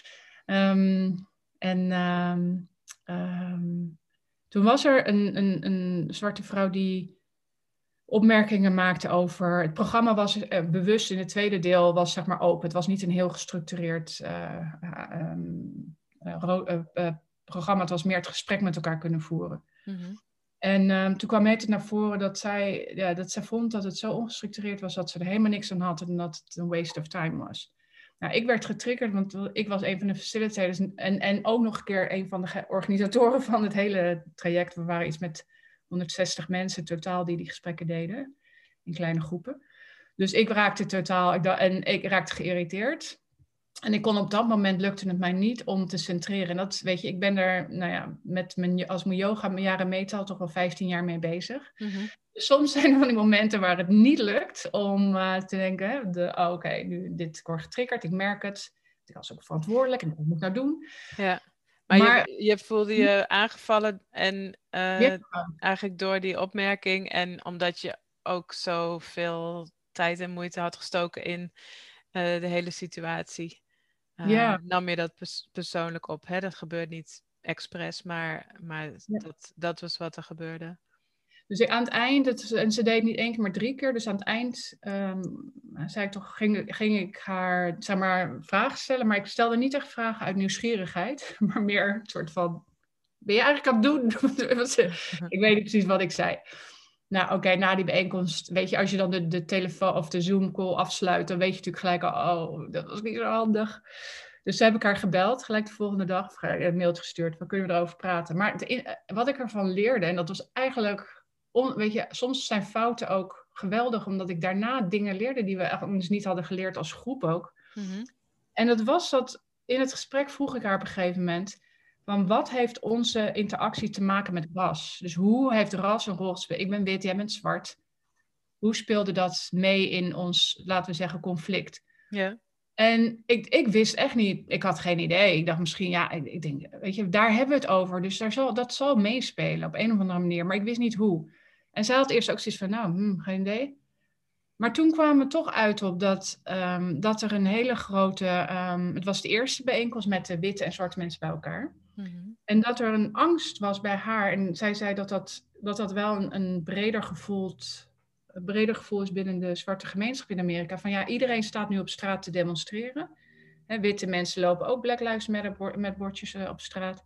Um, en um, um, toen was er een, een, een zwarte vrouw die opmerkingen maakte over... Het programma was uh, bewust in het tweede deel, was zeg maar open. Het was niet een heel gestructureerd uh, um, uh, uh, uh, programma. Het was meer het gesprek met elkaar kunnen voeren. Mm-hmm. En um, toen kwam het naar voren dat zij, ja, dat zij vond dat het zo ongestructureerd was dat ze er helemaal niks aan had en dat het een waste of time was. Nou, ik werd getriggerd, want ik was een van de facilitators en, en ook nog een keer een van de organisatoren van het hele traject. We waren iets met honderdzestig mensen totaal die die gesprekken deden, in kleine groepen. Dus ik raakte totaal, ik dacht, en ik raakte geïrriteerd. En ik kon op dat moment, lukte het mij niet om te centreren. En dat, weet je, ik ben er, nou ja, met mijn, als mijn yoga, mijn jaren meetal, toch wel vijftien jaar mee bezig. Mm-hmm. Soms zijn er van die momenten waar het niet lukt om uh, te denken, de, oh, oké, okay, nu dit word getriggerd, ik merk het. Ik was ook verantwoordelijk en wat moet ik nou doen? Ja, maar, maar je, je voelde je aangevallen en uh, ja. eigenlijk door die opmerking en omdat je ook zoveel tijd en moeite had gestoken in uh, de hele situatie. Uh, ja. Nam je dat pers- persoonlijk op. Hè? Dat gebeurt niet expres, maar, maar ja. dat, dat was wat er gebeurde. Dus aan het eind, het, en ze deed niet één keer, maar drie keer. Dus aan het eind um, zei ik toch, ging, ging ik haar zeg maar, vragen stellen. Maar ik stelde niet echt vragen uit nieuwsgierigheid. Maar meer een soort van, ben je eigenlijk aan het doen? Ik weet niet precies wat ik zei. Nou, oké, okay, na die bijeenkomst, weet je, als je dan de, de telefoon of de Zoom-call afsluit, dan weet je natuurlijk gelijk al, oh, dat was niet zo handig. Dus toen heb ik haar gebeld, gelijk de volgende dag, of een mailtje gestuurd, van kunnen we erover praten. Maar de, wat ik ervan leerde, en dat was eigenlijk, on, weet je, soms zijn fouten ook geweldig, omdat ik daarna dingen leerde die we eigenlijk niet hadden geleerd als groep ook. Mm-hmm. En dat was dat, in het gesprek vroeg ik haar op een gegeven moment, van wat heeft onze interactie te maken met ras? Dus hoe heeft ras een rol gespeeld? Ik ben wit, jij bent zwart. Hoe speelde dat mee in ons, laten we zeggen, conflict? Ja. En ik, ik wist echt niet, ik had geen idee. Ik dacht misschien, ja, ik, ik denk, weet je, daar hebben we het over. Dus daar zal, dat zal meespelen op een of andere manier. Maar ik wist niet hoe. En zij had eerst ook zoiets van, nou, hmm, geen idee. Maar toen kwamen we toch uit op dat, um, dat er een hele grote... Um, het was de eerste bijeenkomst met de witte en zwarte mensen bij elkaar. Mm-hmm. En dat er een angst was bij haar. En zij zei dat dat, dat, dat wel een, een breder gevoeld... Een breder gevoel is binnen de zwarte gemeenschap in Amerika. Van ja, iedereen staat nu op straat te demonstreren. He, witte mensen lopen ook Black Lives Matter met bordjes uh, op straat.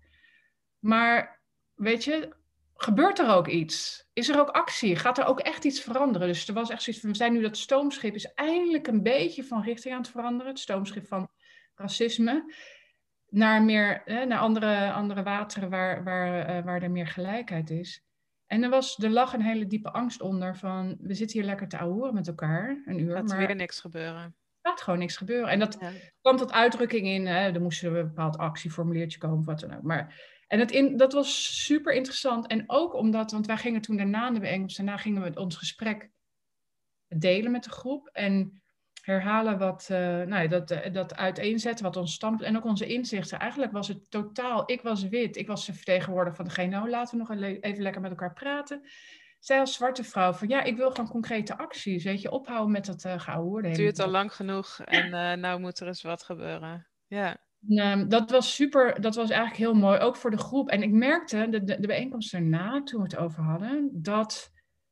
Maar weet je, gebeurt er ook iets? Is er ook actie? Gaat er ook echt iets veranderen? Dus er was echt zoiets van, we zijn nu dat stoomschip is eindelijk een beetje van richting aan het veranderen. Het stoomschip van racisme. Naar, meer, eh, naar andere, andere wateren waar, waar, uh, waar er meer gelijkheid is. En er, was, er lag een hele diepe angst onder van, we zitten hier lekker te ouwehoeren met elkaar, een uur. Gaat maar weer niks gebeuren. Er gaat gewoon niks gebeuren. En dat ja. kwam tot uitdrukking in, hè, er moest een bepaald actieformuliertje komen of wat dan ook. Maar, en het in, dat was super interessant. En ook omdat, want wij gingen toen daarna in de bijeenkomst, daarna gingen we ons gesprek delen met de groep. En herhalen wat, uh, nou ja, dat, uh, dat uiteenzetten, wat ons standpunt en ook onze inzichten. Eigenlijk was het totaal, ik was wit, ik was de vertegenwoordiger van degene, nou laten we nog even lekker met elkaar praten. Zij als zwarte vrouw van ja, ik wil gewoon concrete acties, weet je, ophouden met dat uh, geouwehoerde. Het duurt al lang genoeg en uh, nou moet er eens wat gebeuren. Ja. Um, dat was super, dat was eigenlijk heel mooi, ook voor de groep. En ik merkte, de, de, de bijeenkomst daarna, toen we het over hadden, dat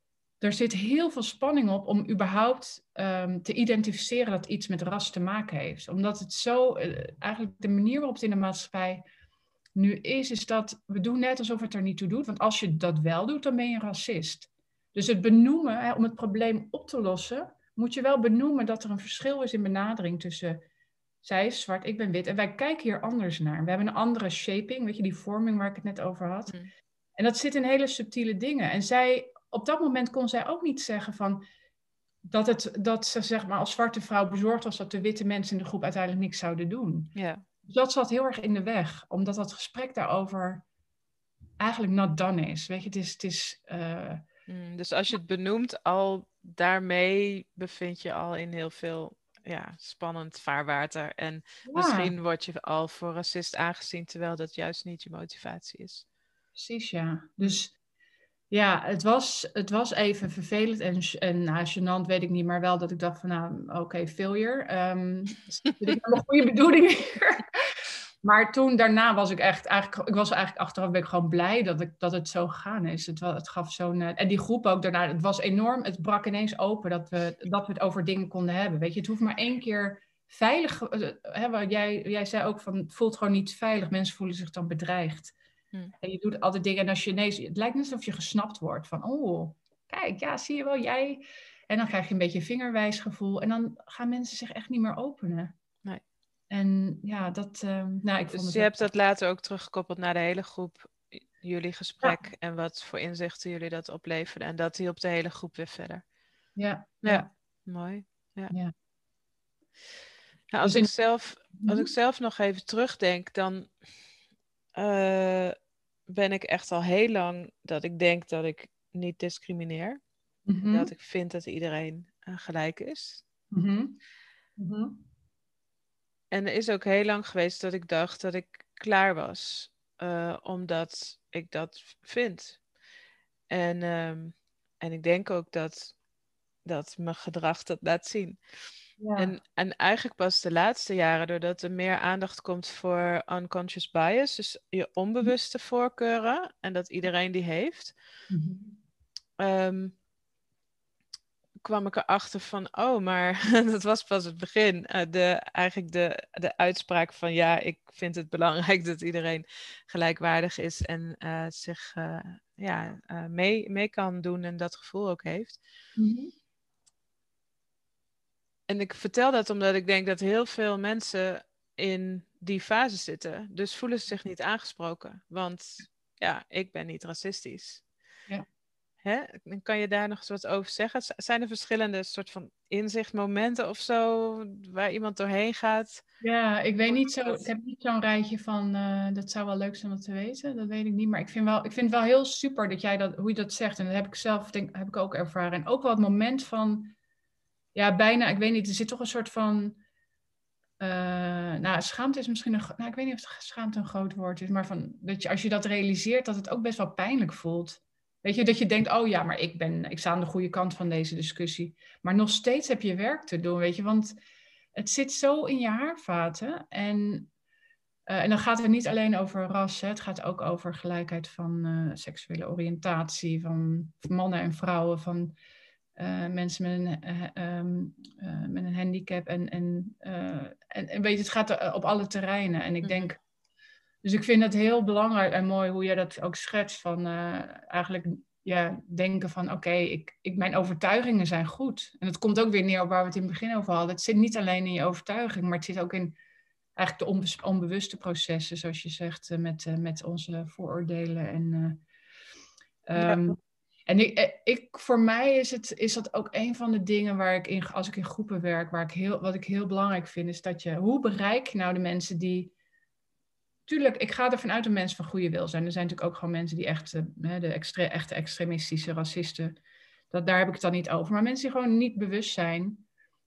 er zit heel veel spanning op om überhaupt um, te identificeren dat iets met ras te maken heeft. Omdat het zo, uh, eigenlijk de manier waarop het in de maatschappij nu is, is dat we doen net alsof het er niet toe doet. Want als je dat wel doet, dan ben je racist. Dus het benoemen, hè, om het probleem op te lossen, moet je wel benoemen dat er een verschil is in benadering tussen zij is zwart, ik ben wit. En wij kijken hier anders naar. We hebben een andere shaping, weet je, die vorming waar ik het net over had. Mm. En dat zit in hele subtiele dingen. En zij, op dat moment kon zij ook niet zeggen van dat, het, dat ze zeg maar als zwarte vrouw bezorgd was dat de witte mensen in de groep uiteindelijk niks zouden doen. Yeah. Dus dat zat heel erg in de weg, omdat dat gesprek daarover eigenlijk not done is. Weet je, het is... Het is uh... mm, dus als je het benoemt, al daarmee bevind je al in heel veel... ja, spannend vaarwater. En ja. misschien word je al voor racist aangezien, terwijl dat juist niet je motivatie is. Precies, ja. Dus ja, het was, het was even vervelend en, en nou, gênant weet ik niet, maar wel dat ik dacht van nou, oké, okay, failure. Um, zit ik met een goede bedoeling hier? Maar toen, daarna was ik echt, eigenlijk, ik was eigenlijk achteraf ben ik gewoon blij dat, ik, dat het zo gegaan is. Het, het gaf zo'n, uh, en die groep ook daarna, het was enorm, het brak ineens open dat we, dat we het over dingen konden hebben. Weet je, het hoeft maar één keer veilig, uh, hè, wat jij, jij zei ook van, het voelt gewoon niet veilig, mensen voelen zich dan bedreigd. Hmm. En je doet altijd dingen en als je ineens, het lijkt net alsof je gesnapt wordt van, oh, kijk, ja, zie je wel, jij. En dan krijg je een beetje een vingerwijsgevoel en dan gaan mensen zich echt niet meer openen. Nee. En ja, dat... Uh, nou, ik vond dus het je ook... hebt dat later ook teruggekoppeld naar de hele groep, jullie gesprek ja. en wat voor inzichten jullie dat opleverden. En dat hielp de hele groep weer verder. Ja. Ja, ja. mooi. Ja. ja. Nou, als, dus in... ik zelf, als ik zelf nog even terugdenk, dan uh, ben ik echt al heel lang dat ik denk dat ik niet discrimineer. Mm-hmm. Dat ik vind dat iedereen uh, gelijk is. Mm-hmm. Mm-hmm. En er is ook heel lang geweest dat ik dacht dat ik klaar was. Uh, omdat ik dat vind. En, um, en ik denk ook dat, dat mijn gedrag dat laat zien. Ja. En, en eigenlijk pas de laatste jaren, doordat er meer aandacht komt voor unconscious bias, dus je onbewuste voorkeuren, en dat iedereen die heeft, mm-hmm. um, kwam ik erachter van, oh, maar dat was pas het begin. Uh, de, eigenlijk de, de uitspraak van, ja, ik vind het belangrijk dat iedereen gelijkwaardig is en uh, zich uh, ja, uh, mee, mee kan doen en dat gevoel ook heeft. Mm-hmm. En ik vertel dat omdat ik denk dat heel veel mensen in die fase zitten. Dus voelen ze zich niet aangesproken. Want ja, ik ben niet racistisch. Ja. Hè? Kan je daar nog eens wat over zeggen? Zijn er verschillende soort van inzichtmomenten of zo waar iemand doorheen gaat? Ja, ik weet niet zo. Ik heb niet zo'n rijtje van. Uh, dat zou wel leuk zijn om te weten. Dat weet ik niet. Maar ik vind, wel, ik vind het wel heel super dat jij dat, hoe je dat zegt. En dat heb ik zelf denk, heb ik ook ervaren. En ook wel het moment van. Ja, bijna, ik weet niet, er zit toch een soort van, uh, nou, schaamte is misschien een, nou, ik weet niet of schaamte een groot woord is, maar van, dat je, als je dat realiseert, dat het ook best wel pijnlijk voelt. Weet je, dat je denkt, oh ja, maar ik ben, ik sta aan de goede kant van deze discussie. Maar nog steeds heb je werk te doen, weet je, want het zit zo in je haarvaten. En, uh, en dan gaat het niet alleen over ras, hè, het gaat ook over gelijkheid van uh, seksuele oriëntatie, van mannen en vrouwen, van... Uh, mensen met een, uh, um, uh, met een handicap en, en, uh, en, en weet je, het gaat op alle terreinen. En ik denk, mm-hmm. dus ik vind het heel belangrijk en mooi hoe jij dat ook schetst van uh, eigenlijk ja, denken van oké, okay, ik, ik, mijn overtuigingen zijn goed. En het komt ook weer neer op waar we het in het begin over hadden. Het zit niet alleen in je overtuiging, maar het zit ook in eigenlijk de onbe- onbewuste processen, zoals je zegt, uh, met, uh, met onze vooroordelen en uh, um, ja. En ik, ik, voor mij is, het, is dat ook een van de dingen waar ik in, als ik in groepen werk, waar ik heel, wat ik heel belangrijk vind, is dat je, hoe bereik je nou de mensen die, tuurlijk, ik ga ervan uit dat mensen van goede wil zijn. Er zijn natuurlijk ook gewoon mensen die echt, de extre, echte extremistische racisten, dat, daar heb ik het dan niet over. Maar mensen die gewoon niet bewust zijn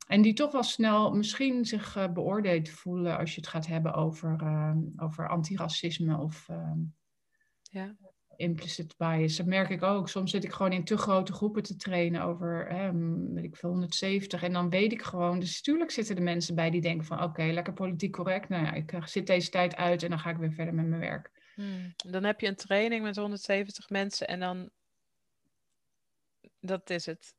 en die toch wel snel misschien zich uh, beoordeeld voelen als je het gaat hebben over, uh, over antiracisme of uh, ja. implicit bias. Dat merk ik ook. Soms zit ik gewoon in te grote groepen te trainen over, hè, weet ik veel, honderdzeventig. En dan weet ik gewoon, dus natuurlijk zitten er mensen bij die denken van, oké, okay, lekker politiek correct. Nou ja, ik uh, zit deze tijd uit en dan ga ik weer verder met mijn werk. Hmm. Dan heb je een training met honderdzeventig mensen en dan, dat is het.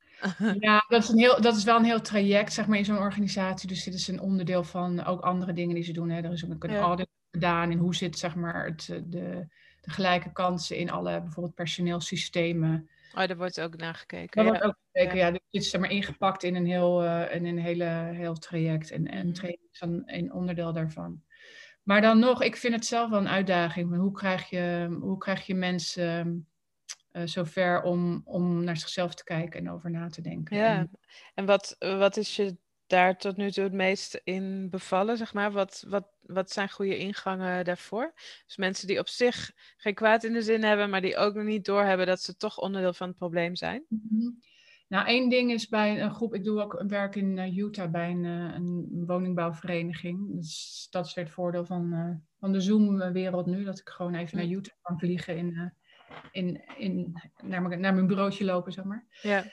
Ja, dat is, een heel, dat is wel een heel traject, zeg maar, in zo'n organisatie. Dus dit is een onderdeel van ook andere dingen die ze doen. Hè. Er is ook een Ja. audit gedaan in hoe zit, zeg maar, het, de, de gelijke kansen in alle bijvoorbeeld personeelssystemen. Oh, daar wordt ook naar gekeken. Dat Ja. wordt ook gekeken, Ja. ja. Dus dit is, zeg maar, ingepakt in een heel, uh, in een hele, heel traject. En, en Mhm. training is dan een onderdeel daarvan. Maar dan nog, ik vind het zelf wel een uitdaging. Hoe krijg je, hoe krijg je mensen uh, zover om, om naar zichzelf te kijken en over na te denken? Ja, En, en wat, wat is je daar tot nu toe het meest in bevallen, zeg maar? Wat, wat, wat zijn goede ingangen daarvoor? Dus mensen die op zich geen kwaad in de zin hebben, maar die ook nog niet doorhebben dat ze toch onderdeel van het probleem zijn. mm-hmm. Nou, één ding is bij een groep, ik doe ook werk in uh, Utah bij een, uh, een woningbouwvereniging. Dus dat is weer het voordeel van, uh, van de Zoom-wereld nu, dat ik gewoon even Mm. naar Utah kan vliegen in, uh, in, in, naar, mijn, naar mijn bureautje lopen, zeg maar. Ja.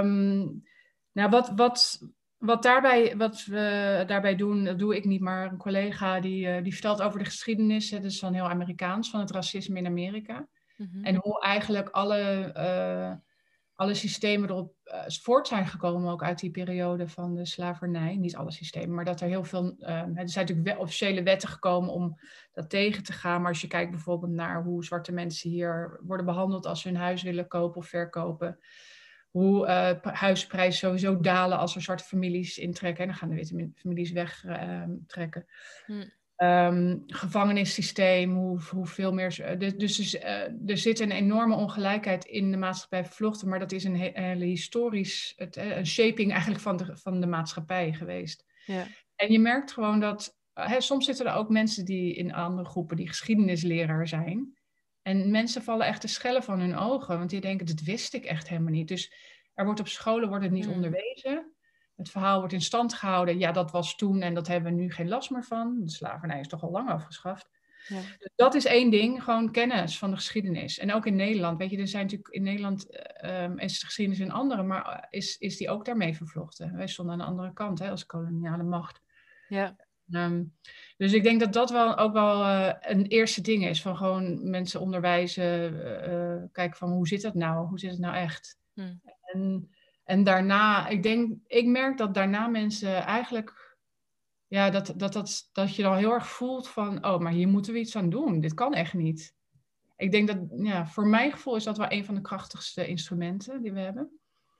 Um, nou, wat, wat, wat, daarbij, wat we daarbij doen, dat doe ik niet, maar een collega die, uh, die vertelt over de geschiedenis, dat is dan heel Amerikaans, van het racisme in Amerika. Mm-hmm. En hoe eigenlijk alle... Uh, alle systemen erop uh, voort zijn gekomen, ook uit die periode van de slavernij. Niet alle systemen, maar dat er heel veel... Uh, er zijn natuurlijk officiële wetten gekomen om dat tegen te gaan. Maar als je kijkt bijvoorbeeld naar hoe zwarte mensen hier worden behandeld als ze hun huis willen kopen of verkopen. Hoe uh, huisprijzen sowieso dalen als er zwarte families intrekken. En dan gaan de witte families wegtrekken. Uh, mm. Um, gevangenissysteem, hoe, hoeveel meer... Dus, dus uh, er zit een enorme ongelijkheid in de maatschappij vervlochten, maar dat is een hele he historisch... Het, een shaping eigenlijk van de, van de maatschappij geweest. Ja. En je merkt gewoon dat... Hè, soms zitten er ook mensen die in andere groepen die geschiedenisleraar zijn. En mensen vallen echt te schellen van hun ogen, want die denken, dat wist ik echt helemaal niet. Dus er wordt op scholen wordt het niet mm. onderwezen. Het verhaal wordt in stand gehouden. Ja, dat was toen en dat hebben we nu geen last meer van. De slavernij is toch al lang afgeschaft. Ja. Dus dat is één ding, gewoon kennis van de geschiedenis. En ook in Nederland, weet je, er zijn natuurlijk in Nederland um, is de geschiedenis een andere, maar is, is die ook daarmee vervlochten? Wij stonden aan de andere kant, hè, als koloniale macht. Ja. Um, dus ik denk dat dat wel ook wel uh, een eerste ding is, van gewoon mensen onderwijzen, uh, kijken van hoe zit dat nou? Hoe zit het nou echt? Hmm. En, en daarna, ik denk, ik merk dat daarna mensen eigenlijk, ja, dat, dat, dat, dat je dan heel erg voelt van, oh, maar hier moeten we iets aan doen. Dit kan echt niet. Ik denk dat, ja, voor mijn gevoel is dat wel een van de krachtigste instrumenten die we hebben.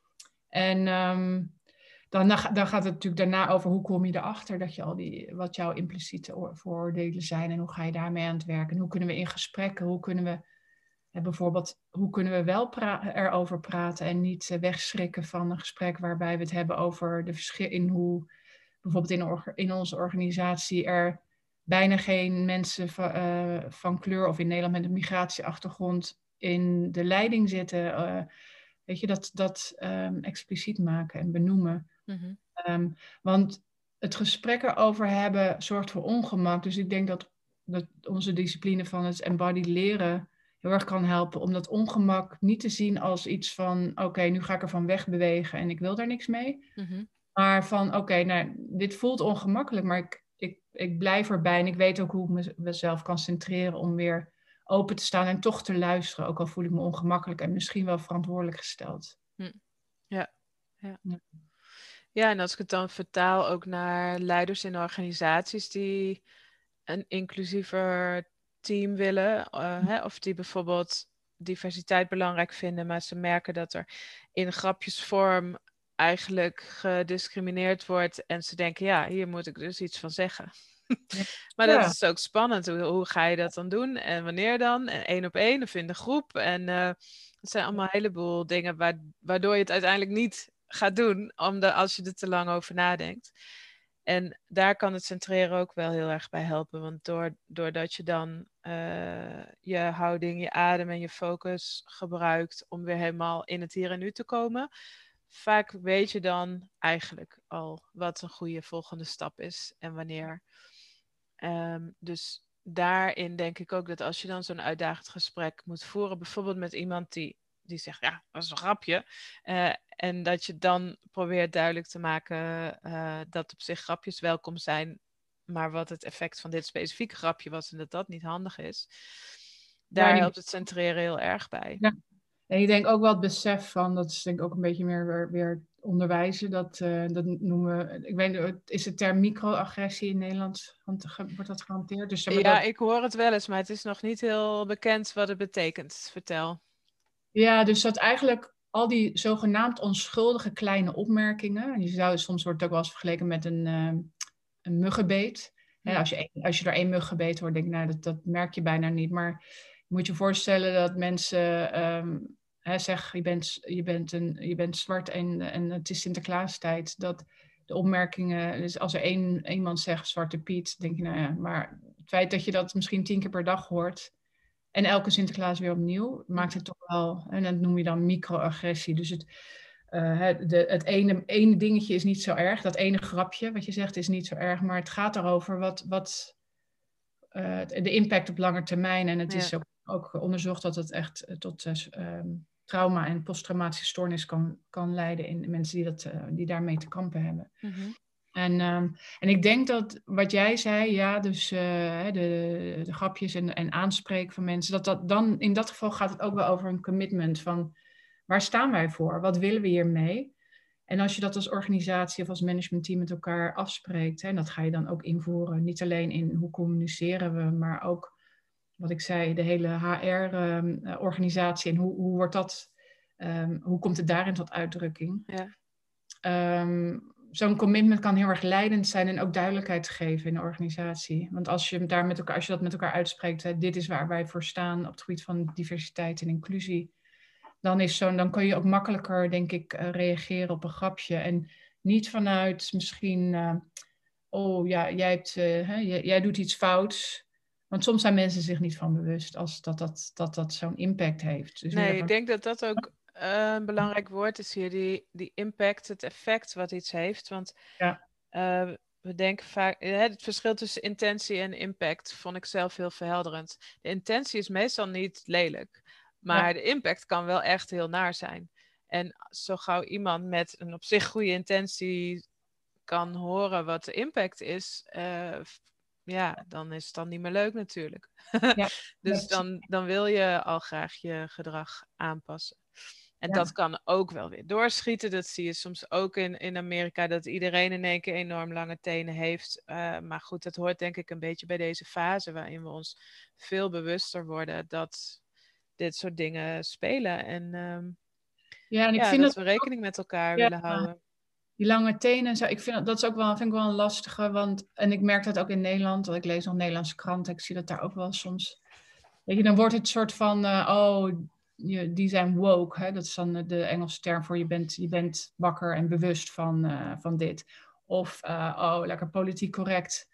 En um, dan, dan gaat het natuurlijk daarna over hoe kom je erachter dat je al die, wat jouw impliciete vooroordelen zijn en hoe ga je daarmee aan het werken. En hoe kunnen we in gesprekken, hoe kunnen we bijvoorbeeld, hoe kunnen we wel pra- erover praten en niet uh, wegschrikken van een gesprek waarbij we het hebben over de verschil in hoe bijvoorbeeld in, or- in onze organisatie er bijna geen mensen van, uh, van kleur of in Nederland met een migratieachtergrond in de leiding zitten. Uh, weet je, dat, dat um, expliciet maken en benoemen. Mm-hmm. Um, want het gesprek erover hebben zorgt voor ongemak. Dus ik denk dat, dat onze discipline van het embodied leren heel erg kan helpen om dat ongemak niet te zien als iets van, oké, okay, nu ga ik ervan wegbewegen en ik wil daar niks mee. Mm-hmm. Maar van, oké, okay, nou, dit voelt ongemakkelijk, maar ik, ik, ik blijf erbij en ik weet ook hoe ik mezelf kan centreren om weer open te staan en toch te luisteren, ook al voel ik me ongemakkelijk en misschien wel verantwoordelijk gesteld. Hm. Ja. Ja. ja. Ja, en als ik het dan vertaal ook naar leiders in organisaties die een inclusiever team willen, uh, hè, of die bijvoorbeeld diversiteit belangrijk vinden, maar ze merken dat er in grapjesvorm eigenlijk gediscrimineerd wordt en ze denken, ja, hier moet ik dus iets van zeggen. Ja. Maar dat ja. is ook spannend. Hoe, hoe ga je dat dan doen? En wanneer dan? En één op één of in de groep? En uh, het zijn allemaal een heleboel dingen wa- waardoor je het uiteindelijk niet gaat doen, omdat als je er te lang over nadenkt. En daar kan het centreren ook wel heel erg bij helpen. Want door, doordat je dan uh, je houding, je adem en je focus gebruikt om weer helemaal in het hier en nu te komen, vaak weet je dan eigenlijk al wat een goede volgende stap is en wanneer. Um, dus daarin denk ik ook dat als je dan zo'n uitdagend gesprek moet voeren, bijvoorbeeld met iemand die, die zegt, ja, dat is een grapje. Uh, en dat je dan probeert duidelijk te maken uh, dat op zich grapjes welkom zijn, maar wat het effect van dit specifieke grapje was en dat dat niet handig is. Daar Ja, die, helpt het centreren heel erg bij. ja. En ik denk ook wel het besef van, dat is denk ik ook een beetje meer weer, weer onderwijzen, dat, uh, dat noemen we, ik weet niet, is de term microagressie in Nederland, wordt dat gehanteerd? Dus, zeg maar, ja, dat, ik hoor het wel eens, maar het is nog niet heel bekend wat het betekent. Vertel. Ja, dus dat eigenlijk al die zogenaamd onschuldige kleine opmerkingen, en je zou, soms wordt het ook wel eens vergeleken met een, uh, een muggenbeet. Hm. Hè, als, je, als je door één mug gebeten wordt, denk ik, nou, dat, dat merk je bijna niet. Maar je moet je voorstellen dat mensen um, hè, zeggen, je bent, je, bent een, je bent zwart en, en het is Sinterklaastijd. Dat de opmerkingen, dus als er één, iemand zegt Zwarte Piet, denk je, nou ja, maar het feit dat je dat misschien tien keer per dag hoort en elke Sinterklaas weer opnieuw, maakt het toch wel, en dat noem je dan microagressie. Dus het, uh, de, het ene, ene dingetje is niet zo erg, dat ene grapje wat je zegt is niet zo erg, maar het gaat erover wat, wat uh, de impact op lange termijn. En het ja. is ook, ook onderzocht dat het echt uh, tot uh, um, trauma en posttraumatische stoornis kan, kan leiden in mensen die, dat, uh, die daarmee te kampen hebben. Mm-hmm. En, um, en ik denk dat wat jij zei, ja, dus uh, de, de grapjes en, en aanspreken van mensen, dat dat dan in dat geval gaat het ook wel over een commitment van waar staan wij voor? Wat willen we hiermee? En als je dat als organisatie of als managementteam met elkaar afspreekt, hè, en dat ga je dan ook invoeren, niet alleen in hoe communiceren we, maar ook, wat ik zei, de hele H R-organisatie um, en hoe, hoe wordt dat, um, hoe komt het daarin tot uitdrukking? Ja. Um, Zo'n commitment kan heel erg leidend zijn en ook duidelijkheid geven in de organisatie. Want als je, daar met elkaar, als je dat met elkaar uitspreekt, hè, dit is waar wij voor staan op het gebied van diversiteit en inclusie, dan, is zo, dan kun je ook makkelijker, denk ik, uh, reageren op een grapje. En niet vanuit misschien, uh, oh ja, jij, hebt, uh, hè, jij, jij doet iets fouts. Want soms zijn mensen zich niet van bewust als dat dat, dat, dat zo'n impact heeft. Dus nee, meer van... ik denk dat dat ook uh, een belangrijk woord is hier, die, die impact, het effect wat iets heeft. Want ja. uh, we denken vaak, het verschil tussen intentie en impact vond ik zelf heel verhelderend. De intentie is meestal niet lelijk, maar ja. de impact kan wel echt heel naar zijn. En zo gauw iemand met een op zich goede intentie kan horen wat de impact is, uh, ja, dan is het dan niet meer leuk natuurlijk. Ja, dus dan, dan wil je al graag je gedrag aanpassen. En ja. dat kan ook wel weer doorschieten. Dat zie je soms ook in, in Amerika, dat iedereen in één keer enorm lange tenen heeft. Uh, maar goed, dat hoort denk ik een beetje bij deze fase waarin we ons veel bewuster worden dat dit soort dingen spelen. En, um, ja, en ik ja, vind dat, dat we rekening met elkaar ja, willen houden. Die lange tenen, zo, ik vind dat is ook wel, vind ik wel een lastige, want, en ik merk dat ook in Nederland, want ik lees nog Nederlandse kranten, ik zie dat daar ook wel soms, weet je, dan wordt het soort van, uh, oh, je, die zijn woke, hè? Dat is dan de Engelse term voor je bent, je bent wakker en bewust van, uh, van dit. Of, uh, oh, lekker politiek correct.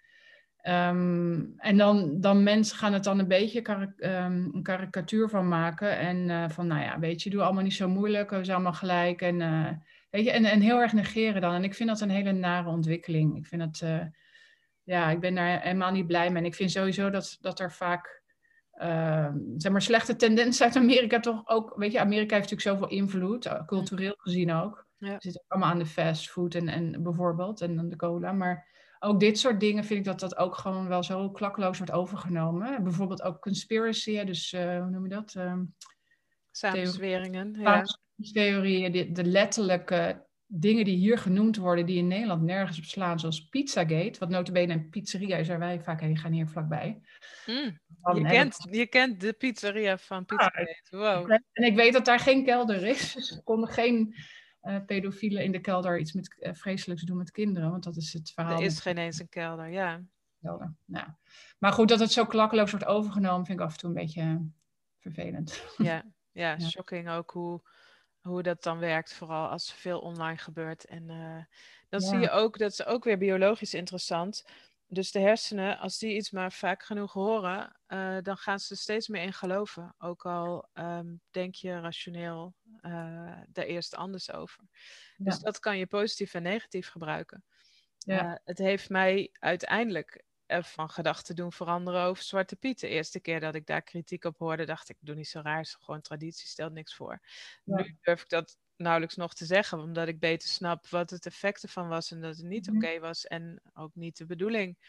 Um, en dan, dan mensen gaan het dan een beetje karik, um, een karikatuur van maken en uh, van, nou ja, weet je, doe allemaal niet zo moeilijk, we zijn allemaal gelijk en... Uh, Weet je, en, en heel erg negeren dan. En ik vind dat een hele nare ontwikkeling. Ik vind het, uh, ja, ik ben daar helemaal niet blij mee. En ik vind sowieso dat, dat er vaak, uh, zeg maar, slechte tendensen uit Amerika toch ook, weet je, Amerika heeft natuurlijk zoveel invloed, uh, cultureel gezien ook. Ja. We zitten allemaal aan de fastfood en, en bijvoorbeeld, en aan de cola. Maar ook dit soort dingen vind ik dat dat ook gewoon wel zo klakkeloos wordt overgenomen. Bijvoorbeeld ook conspiracy, dus uh, hoe noem je dat? Uh, Samenzweringen, ja. Theorieën, de, de letterlijke dingen die hier genoemd worden, die in Nederland nergens op slaan, zoals Pizzagate, wat nota bene een pizzeria is waar wij vaak heen gaan hier vlakbij. Mm, je, kent, je kent de pizzeria van Pizzagate, wow. En ik weet dat daar geen kelder is, dus er konden geen uh, pedofielen in de kelder iets met, uh, vreselijks doen met kinderen, want dat is het verhaal. Er is met... geen eens een kelder, ja. Kelder. Nou. Maar goed, dat het zo klakkeloos wordt overgenomen, vind ik af en toe een beetje uh, vervelend. Ja, ja, ja, shocking ook hoe... hoe dat dan werkt, vooral als er veel online gebeurt. En uh, dan ja. zie je ook, dat is ook weer biologisch interessant. Dus de hersenen, als die iets maar vaak genoeg horen, uh, dan gaan ze er steeds meer in geloven. Ook al um, denk je rationeel uh, daar eerst anders over. Ja. Dus dat kan je positief en negatief gebruiken. Ja. Uh, het heeft mij uiteindelijk uh, van gedachten doen veranderen over Zwarte Piet. De eerste keer dat ik daar kritiek op hoorde, dacht ik, doe niet zo raar, is gewoon traditie, stelt niks voor. Ja. Nu durf ik dat nauwelijks nog te zeggen, omdat ik beter snap wat het effect ervan was en dat het niet mm-hmm. oké okay was en ook niet de bedoeling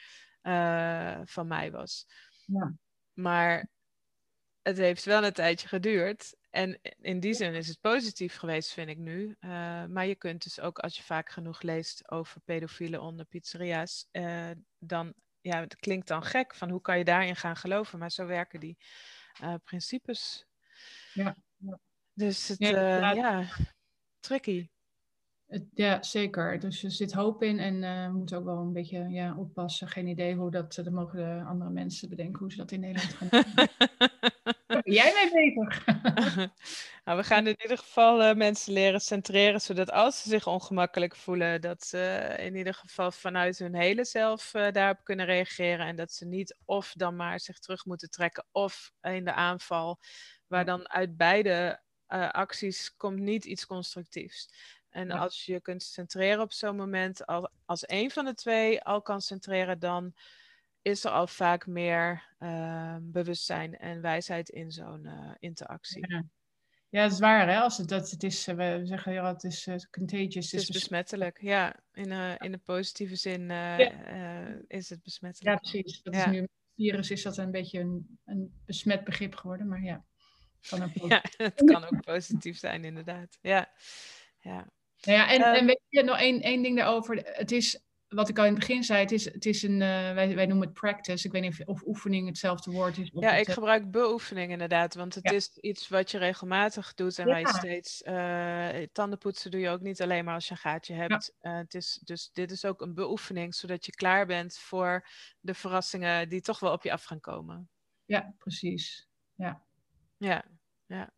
uh, van mij was. Ja. Maar het heeft wel een tijdje geduurd. En in die zin is het positief geweest, vind ik nu. Uh, maar je kunt dus ook, als je vaak genoeg leest over pedofielen onder pizzeria's, uh, dan, ja, het klinkt dan gek van hoe kan je daarin gaan geloven, maar zo werken die uh, principes. Ja. Ja. Dus het, ja, uh, ja, tricky. Het, ja, zeker. Dus er zit hoop in en uh, we moeten ook wel een beetje ja, oppassen. Geen idee hoe dat, dat mogen de andere mensen bedenken hoe ze dat in Nederland gaan doen. Waar ben jij mee bezig? Nou, we gaan in ieder geval uh, mensen leren centreren, zodat als ze zich ongemakkelijk voelen, dat ze in ieder geval vanuit hun hele zelf uh, daarop kunnen reageren en dat ze niet of dan maar zich terug moeten trekken of in de aanval, waar dan uit beide uh, acties komt niet iets constructiefs. En ja. als je kunt centreren op zo'n moment, al, als een van de twee al kan centreren, dan is er al vaak meer uh, bewustzijn en wijsheid in zo'n uh, interactie. Ja. ja, dat is waar. Hè? Als het, dat, het is, we zeggen ja, het is uh, contagious. Het is besmettelijk, ja. In, uh, in de positieve zin uh, ja. uh, is het besmettelijk. Ja, precies. Dat ja. is nu, virus is dat een beetje een, een besmet begrip geworden, maar ja. Kan ook ja, het kan ook positief zijn, inderdaad. Ja, ja. Nou ja, en, um, en weet je, nog één, één ding daarover. Het is, wat ik al in het begin zei, het is, het is een, uh, wij, wij noemen het practice. Ik weet niet of, of oefening hetzelfde woord is. Of ja, het, ik gebruik beoefening inderdaad, want het ja. is iets wat je regelmatig doet en ja. waar je steeds, uh, tandenpoetsen doe je ook niet alleen maar als je een gaatje hebt. Ja. Uh, het is, dus dit is ook een beoefening, zodat je klaar bent voor de verrassingen die toch wel op je af gaan komen. Ja, precies. Ja. Ja, ja.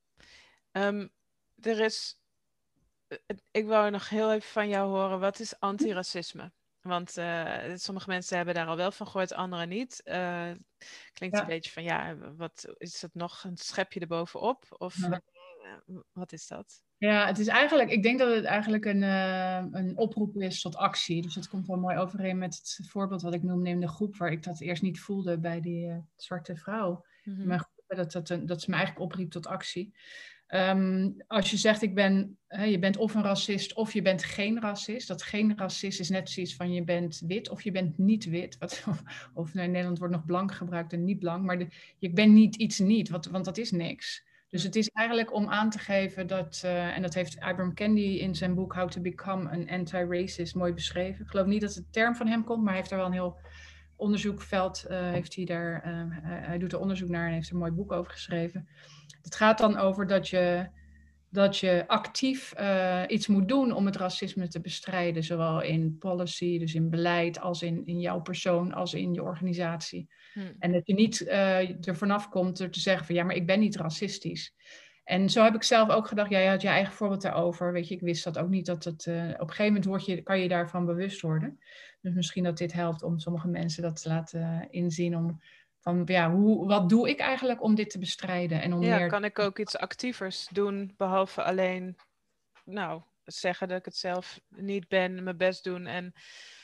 Um, er is... Ik wou nog heel even van jou horen, wat is antiracisme? Want uh, sommige mensen hebben daar al wel van gehoord, anderen niet. Uh, klinkt ja. een beetje van, ja, wat is het nog een schepje erbovenop? Of ja. uh, wat is dat? Ja, het is eigenlijk, ik denk dat het eigenlijk een, uh, een oproep is tot actie. Dus dat komt wel mooi overeen met het voorbeeld wat ik noemde in de groep, waar ik dat eerst niet voelde bij die uh, zwarte vrouw. Mm-hmm. Maar dat, dat, dat, dat ze me eigenlijk opriep tot actie. Um, als je zegt, ik ben, hè, je bent of een racist of je bent geen racist. Dat geen racist is net zoiets van je bent wit of je bent niet wit. Wat, of of nou, in Nederland wordt nog blank gebruikt en niet blank. Maar de, je bent niet iets niet, wat, want dat is niks. Dus het is eigenlijk om aan te geven dat, uh, en dat heeft Ibram Kendi in zijn boek How to Become an Anti-Racist mooi beschreven. Ik geloof niet dat het term van hem komt, maar hij heeft daar wel een heel onderzoekveld, uh, heeft hij daar, uh, hij doet er onderzoek naar en heeft er een mooi boek over geschreven. Het gaat dan over dat je, dat je actief uh, iets moet doen om het racisme te bestrijden. Zowel in policy, dus in beleid, als in, in jouw persoon, als in je organisatie. Hmm. En dat je niet uh, er vanaf komt door te zeggen van ja, maar ik ben niet racistisch. En zo heb ik zelf ook gedacht, ja, je had je eigen voorbeeld daarover. Weet je, ik wist dat ook niet, dat het uh, op een gegeven moment word je, kan je daarvan bewust worden. Dus misschien dat dit helpt om sommige mensen dat te laten inzien om... Van ja, hoe, wat doe ik eigenlijk om dit te bestrijden? En om ja, meer... kan ik ook iets actievers doen, behalve alleen, nou, zeggen dat ik het zelf niet ben, mijn best doen en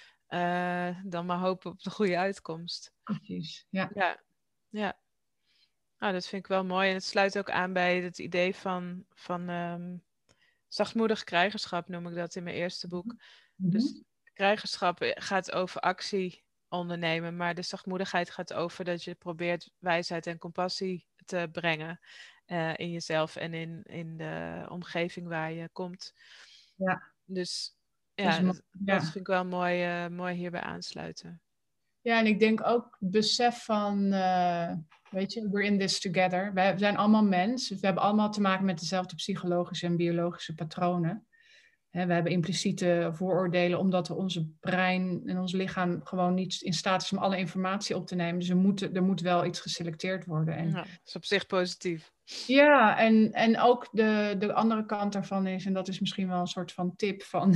uh, dan maar hopen op de goede uitkomst. Precies, ja. Ja, ja. Nou, dat vind ik wel mooi en het sluit ook aan bij het idee van, van um, zachtmoedig krijgerschap, noem ik dat in mijn eerste boek. Mm-hmm. Dus krijgerschap gaat over actie ondernemen, maar de zachtmoedigheid gaat over dat je probeert wijsheid en compassie te brengen uh, in jezelf en in, in de omgeving waar je komt. Ja. Dus ja, dus, dat, ja. dat vind ik wel mooi, uh, mooi hierbij aansluiten. Ja, en ik denk ook besef van, uh, weet je, we're in this together. Wij zijn allemaal mens, we hebben allemaal te maken met dezelfde psychologische en biologische patronen. He, we hebben impliciete vooroordelen omdat onze brein en ons lichaam gewoon niet in staat is om alle informatie op te nemen. Dus er moet, er moet wel iets geselecteerd worden. En, ja, dat is op zich positief. Ja, en, en ook de, de andere kant daarvan is, en dat is misschien wel een soort van tip van,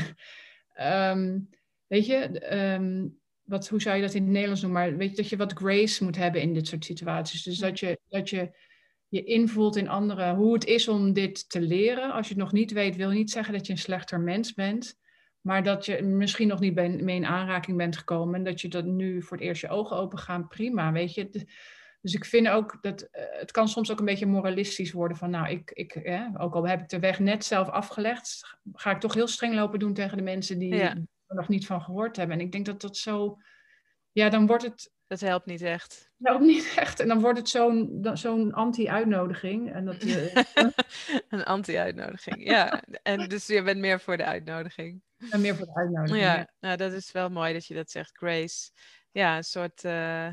um, weet je, um, wat, hoe zou je dat in het Nederlands noemen, maar weet je, dat je wat grace moet hebben in dit soort situaties. Dus dat je, dat je je invoelt in anderen hoe het is om dit te leren. Als je het nog niet weet, wil niet zeggen dat je een slechter mens bent. Maar dat je misschien nog niet ben, mee in aanraking bent gekomen. En dat je dat nu voor het eerst je ogen open gaan, prima, weet je. Dus ik vind ook dat uh, het kan soms ook een beetje moralistisch worden. Van nou, ik, ik, eh, ook al heb ik de weg net zelf afgelegd, ga ik toch heel streng lopen doen tegen de mensen die Ja. er nog niet van gehoord hebben. En ik denk dat dat zo, ja, dan wordt het... Dat helpt niet echt. Nou, niet echt. En dan wordt het zo'n, zo'n anti-uitnodiging. En dat, uh, een anti-uitnodiging, ja. En dus je bent meer voor de uitnodiging. En meer voor de uitnodiging. Ja, ja. Nou, dat is wel mooi dat je dat zegt, Grace. Ja, een soort uh,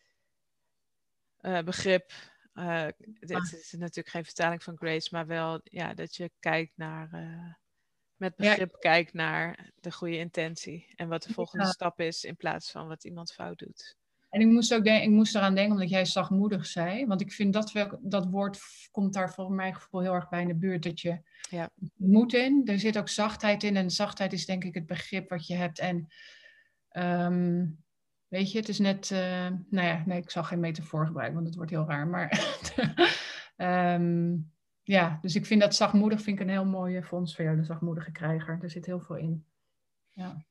uh, begrip. Uh, het ah. is natuurlijk geen vertaling van Grace, maar wel ja, dat je kijkt naar, uh, met begrip ja. kijkt naar de goede intentie. En wat de volgende ja. stap is in plaats van wat iemand fout doet. En ik moest ook denk, ik moest eraan denken, omdat jij zachtmoedig zei. Want ik vind dat wel, dat woord komt daar voor mijn gevoel heel erg bij in de buurt. Dat je ja. moed in. Er zit ook zachtheid in. En zachtheid is denk ik het begrip wat je hebt. En um, weet je, het is net... Uh, nou ja, nee, ik zal geen metafoor gebruiken, want het wordt heel raar. Maar um, ja, dus ik vind dat zachtmoedig vind ik een heel mooie fonds voor jou. De zachtmoedige krijger. Er zit heel veel in. Ja.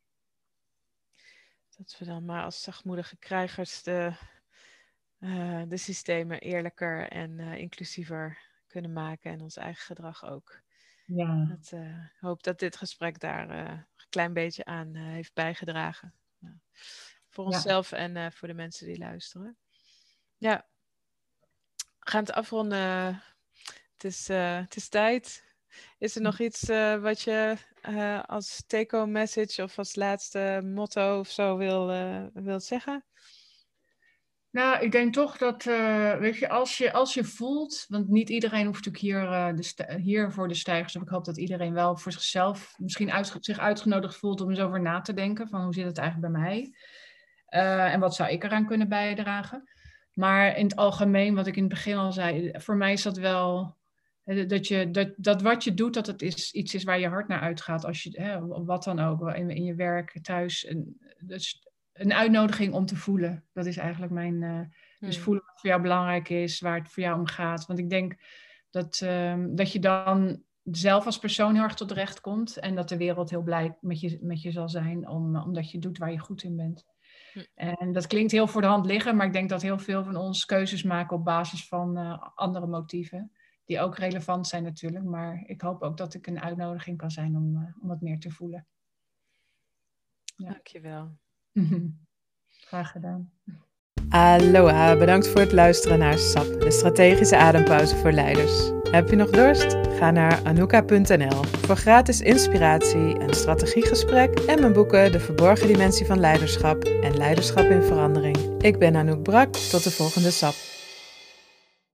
Dat we dan maar als zachtmoedige krijgers de, uh, de systemen eerlijker en uh, inclusiever kunnen maken. En ons eigen gedrag ook. Ja. Ik uh, hoop dat dit gesprek daar uh, een klein beetje aan uh, heeft bijgedragen. Uh, voor onszelf ja. en uh, voor de mensen die luisteren. Ja, we gaan het afronden. Het is, uh, het is tijd. Is er nog iets uh, wat je uh, als take-home message of als laatste motto of zo wil, uh, wil zeggen? Nou, ik denk toch dat, uh, weet je, als je, als je voelt, want niet iedereen hoeft natuurlijk hier, uh, de st- hier voor de stijgers, of ik hoop dat iedereen wel voor zichzelf misschien uit, zich uitgenodigd voelt om eens over na te denken, van hoe zit het eigenlijk bij mij? Uh, en wat zou ik eraan kunnen bijdragen? Maar in het algemeen, wat ik in het begin al zei, voor mij is dat wel... Dat, je, dat, dat wat je doet, dat het is, iets is waar je hart naar uitgaat. Als je, hè, wat dan ook, in, in je werk, thuis. En, dus een uitnodiging om te voelen. Dat is eigenlijk mijn... Uh, dus hmm. voelen wat voor jou belangrijk is, waar het voor jou om gaat. Want ik denk dat, um, dat je dan zelf als persoon heel erg tot recht komt. En dat de wereld heel blij met je, met je zal zijn, om, omdat je doet waar je goed in bent. Hmm. En dat klinkt heel voor de hand liggen, maar ik denk dat heel veel van ons keuzes maken op basis van uh, andere motieven. Die ook relevant zijn natuurlijk. Maar ik hoop ook dat ik een uitnodiging kan zijn om, uh, om wat meer te voelen. Ja. Dankjewel. Graag gedaan. Aloha, bedankt voor het luisteren naar S A P, de strategische adempauze voor leiders. Heb je nog dorst? Ga naar anouka punt n l voor gratis inspiratie, een strategiegesprek en mijn boeken De Verborgen Dimensie van Leiderschap en Leiderschap in Verandering. Ik ben Anouk Brak, tot de volgende S A P.